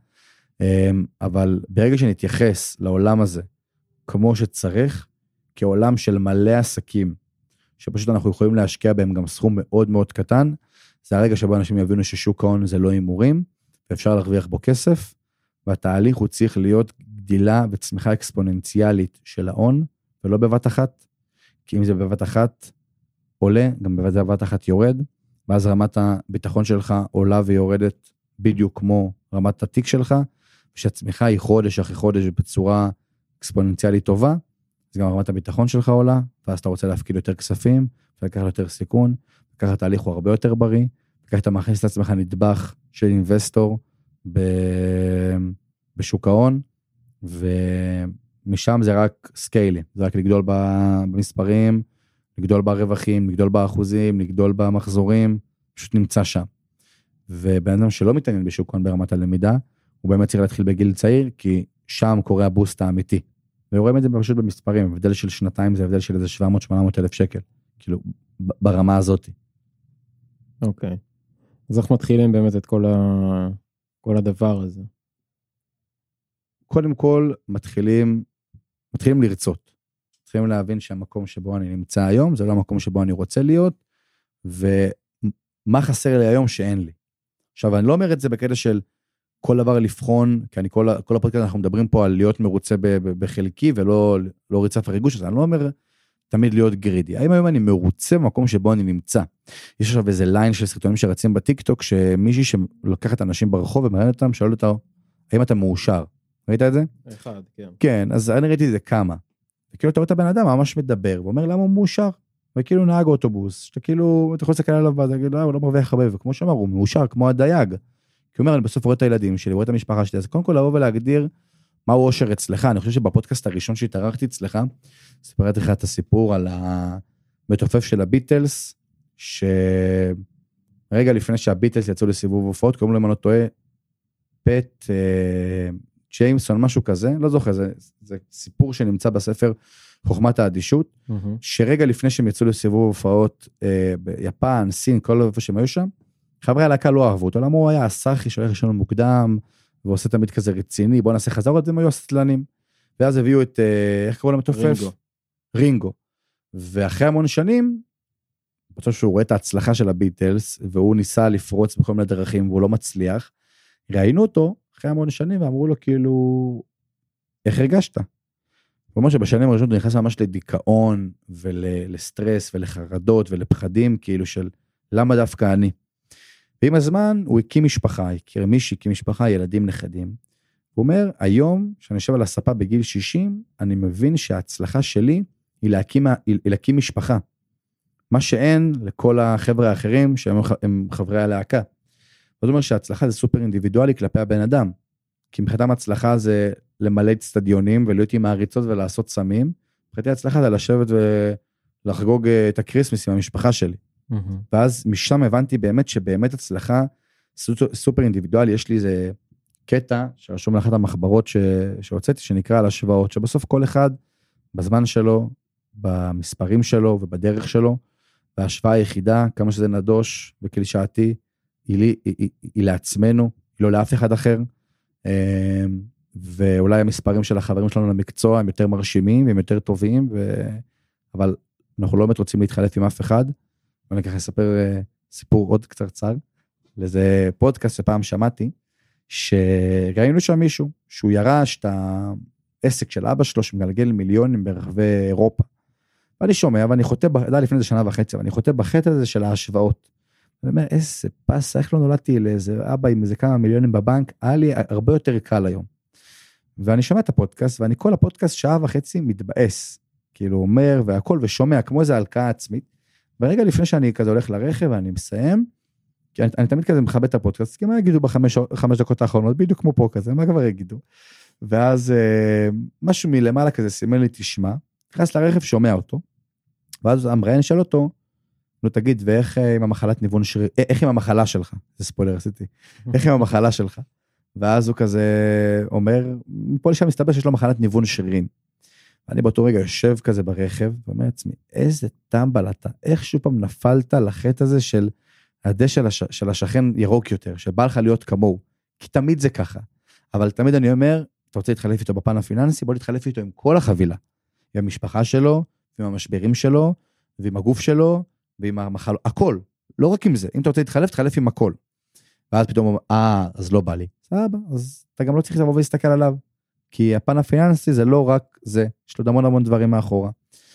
אבל ברגע שנתייחס לעולם הזה, כמו שצריך, כעולם של מלא עסקים, שפשוט אנחנו יכולים להשקיע בהם גם סכום מאוד מאוד קטן, זה הרגע שבו אנשים יבינו ששוק ההון זה לא הימורים, ואפשר להרוויח בו כסף, והתהליך הוא צריך להיות גדילה וצמיחה אקספוננציאלית של ההון, ולא בבת אחת, כי אם זה בבת אחת עולה, גם בבת אחת יורד, ואז רמת הביטחון שלך עולה ויורדת בדיוק כמו רמת התיק שלך, ושהצמיחה היא חודש אחרי חודש בצורה אקספוננציאלית טובה, אז גם רמת הביטחון שלך עולה, ואז אתה רוצה להפקיד יותר כספים, ולקח יותר סיכון, וכך התהליך הוא הרבה יותר בריא, וכך אתה מכניס את עצמך נדבך של אינבסטור ב... בשוק ההון, ומשם זה רק סקיילי, זה רק לגדול במספרים, לגדול ברווחים, לגדול באחוזים, לגדול במחזורים, פשוט נמצא שם. ובן אדם שלא מתעניין בשוק ההון ברמת הלמידה, הוא באמת צריך להתחיל בגיל צעיר, כי שם קורה הבוסט האמיתי. ורואים את זה פשוט במספרים, הבדל של שנתיים זה הבדל של איזה שבע מאות שמונה מאות אלף שקל, כאילו ברמה הזאת. אוקיי. אז איך מתחילים באמת את כל, ה... כל הדבר הזה? קודם כל מתחילים, מתחילים לרצות. מתחילים להבין שהמקום שבו אני נמצא היום, זה לא המקום שבו אני רוצה להיות, ומה חסר לי היום שאין לי. עכשיו, אני לא אומר את זה בקטע של כל דבר לבחון, כי אני כל, כל הפרקט אנחנו מדברים פה על להיות מרוצה בחלקי, ולא לא ריצת הריגוש, אז אני לא אומר תמיד להיות גרידי. האם היום אני מרוצה במקום שבו אני נמצא? יש עכשיו איזה ליין של סרטונים שרצים בטיקטוק, שמישהי שלוקחת אנשים ברחוב ומראיין אותם, שואל אותה, האם אתה מאושר? ראית את זה? אחד, כן. כן, אז אני ראיתי את זה כמה. וכאילו אתה רואה את הבן אדם ממש מדבר, ואומר למה הוא מאושר? וכאילו נהג אוטובוס, שאתה כאילו, אתה יכול לסתכל עליו, ואתה תגיד, לא, הוא לא מרוויח הרבה, וכמו שאמר, הוא מאושר כמו הדייג. כי הוא אומר, אני בסוף רואה את הילדים שלי, רואה את המשפחה שלי, אז קודם כל לבוא ולהגדיר מהו אושר אצלך. אני חושב שבפודקאסט הראשון שהתארחתי אצלך, סיפרתי לך את הסיפור על המתופף של הביטלס, שרגע לפני שהביטלס יצאו לסיבוב הופעות, קוראים לו אם אני לא טועה, פט ג'יימסון, משהו כזה, לא זוכר, זה, זה סיפור שנמצא בספר חוכמת האדישות, mm-hmm. שרגע לפני שהם יצאו לסיבוב הופעות אה, ביפן, סין, כל איפה שהם היו שם, חברי הלהקה לא אהבו אותו, למה הוא היה הסאחי שהולך לישון מוקדם, ועושה תמיד כזה רציני, בוא נעשה חזרות, הם היו הסטלנים, ואז הביאו את, אה, איך קראו למתופף? רינגו. רינגו. ואחרי המון שנים, בסוף שהוא רואה את ההצלחה של הביטלס, והוא ניסה לפרוץ בכל מיני דרכים, והוא לא מצליח, ראינו אותו, אחרי המון שנים, ואמרו לו כאילו, איך הרגשת? הוא אומר שבשנים הראשונות הוא נכנס ממש לדיכאון, ולסטרס, ולחרדות, ולפחדים, כאילו של, למה דווקא אני? ועם הזמן הוא הקים משפחה, הכיר מישהי, הקים משפחה, ילדים נכדים. הוא אומר, היום, שאני יושב על הספה בגיל שישים, אני מבין שההצלחה שלי, היא להקים, היא להקים משפחה. מה שאין לכל החבר'ה האחרים, שהם הם חברי הלהקה. זאת אומרת שההצלחה זה סופר אינדיבידואלי כלפי הבן אדם, כי מבחינתם הצלחה זה למלא אצטדיונים ולהיות עם העריצות ולעשות סמים, מבחינתי הצלחה זה לשבת ולחגוג את הקריסמס עם המשפחה שלי. ואז משם הבנתי באמת שבאמת הצלחה סופר אינדיבידואלי, יש לי איזה קטע שרשום לאחת המחברות שהוצאתי, שנקרא על השוואות, שבסוף כל אחד בזמן שלו, במספרים שלו ובדרך שלו, וההשוואה היחידה, כמה שזה נדוש וקלישאתי, היא, היא, היא, היא לעצמנו, היא לא לאף אחד אחר, ואולי המספרים של החברים שלנו למקצוע הם יותר מרשימים והם יותר טובים, ו... אבל אנחנו לא באמת רוצים להתחלף עם אף אחד. ואני ככה אספר סיפור עוד קצרצר, לאיזה פודקאסט שפעם שמעתי, שראינו שם מישהו, שהוא ירש את העסק של אבא שלו, שמגלגל מיליונים ברחבי אירופה. ואני שומע, ואני חוטא, זה לפני זה שנה וחצי, ואני חוטא בחטא הזה של ההשוואות. אני אומר, איזה פס, איך לא נולדתי לאיזה אבא עם איזה כמה מיליונים בבנק, היה לי הרבה יותר קל היום. ואני שומע את הפודקאסט, ואני כל הפודקאסט שעה וחצי מתבאס, כאילו אומר והכל, ושומע כמו איזה הלקאה עצמית, ורגע לפני שאני כזה הולך לרכב, ואני מסיים, כי אני, אני תמיד כזה מכבד את הפודקאסט, כי מה יגידו בחמש חמש דקות האחרונות, בדיוק כמו פה כזה, מה כבר יגידו? ואז אה, משהו מלמעלה כזה סימן לי, תשמע, נכנס לרכב, שומע אותו, ואז המראיין שאל אותו, נו תגיד, ואיך עם המחלת ניוון שריר, איך עם המחלה שלך? זה ספוילר עשיתי. איך עם המחלה שלך? ואז הוא כזה אומר, מפה לשם מסתבר שיש לו מחלת ניוון שרירים. ואני באותו רגע יושב כזה ברכב, ואומר לעצמי, איזה טמבל אתה, איך שוב פעם נפלת לחטא הזה של הדשא של השכן ירוק יותר, שבא לך להיות כמוהו, כי תמיד זה ככה. אבל תמיד אני אומר, אתה רוצה להתחלף איתו בפן הפיננסי, בוא להתחלף איתו עם כל החבילה, עם המשפחה שלו, עם המשברים שלו, ועם הגוף שלו, ועם המחל... הכל, לא רק עם זה, אם אתה רוצה להתחלף, תחלף עם הכל. ואז פתאום אומר, אה, אז לא בא לי. סבבה, אז אתה גם לא צריך לבוא ולהסתכל עליו, כי הפן הפיננסי זה לא רק זה, יש לו המון המון דברים מאחורה.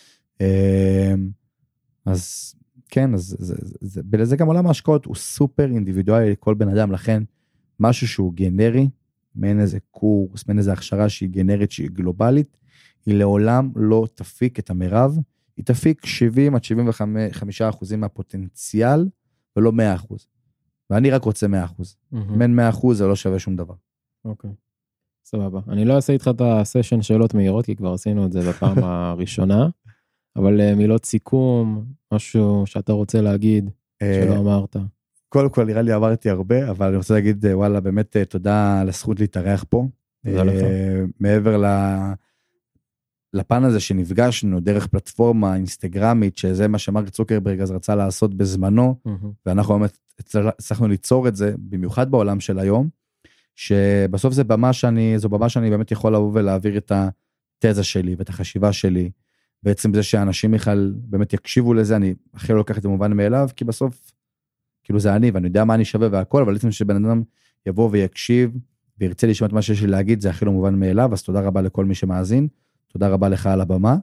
אז כן, אז זה, זה, זה, בלזה גם עולם ההשקעות הוא סופר אינדיבידואלי לכל בן אדם, לכן משהו שהוא גנרי, מעין איזה קורס, מעין איזה הכשרה שהיא גנרית, שהיא גלובלית, היא לעולם לא תפיק את המרב, היא תפיק שבעים עד שבעים וחמישה אחוזים מהפוטנציאל, ולא מאה אחוז. ואני רק רוצה מאה אחוז. בין מאה אחוז זה לא שווה שום דבר. אוקיי, סבבה. אני לא אעשה איתך את הסשן שאלות מהירות, כי כבר עשינו את זה בפעם הראשונה, אבל מילות סיכום, משהו שאתה רוצה להגיד, שלא אמרת. קודם כל, נראה לי עברתי הרבה, אבל אני רוצה להגיד, וואלה, באמת תודה על הזכות להתארח פה. תודה לך. מעבר ל... לפן הזה שנפגשנו דרך פלטפורמה אינסטגרמית, שזה מה שמרק צוקרברג אז רצה לעשות בזמנו, mm-hmm. ואנחנו באמת הצלחנו ליצור את זה, במיוחד בעולם של היום, שבסוף זה במה שאני, זו במה שאני באמת יכול לבוא ולהעביר את התזה שלי, ואת החשיבה שלי, בעצם זה שאנשים בכלל באמת יקשיבו לזה, אני הכי לא לוקח את זה מובן מאליו, כי בסוף, כאילו זה אני, ואני יודע מה אני שווה והכל, אבל בעצם שבן אדם יבוא ויקשיב, וירצה לשמוע את מה שיש לי להגיד, זה הכי לא מובן מאליו, אז תודה רבה לכל מי שמאזין, תודה רבה לך על הבמה,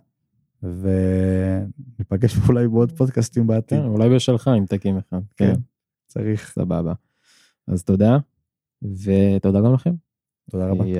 ונפגש אולי בעוד פודקאסטים בעתיד. כן, אולי בשלך אם תקים אחד. כן, צריך. סבבה. אז תודה, ותודה גם לכם. תודה רבה.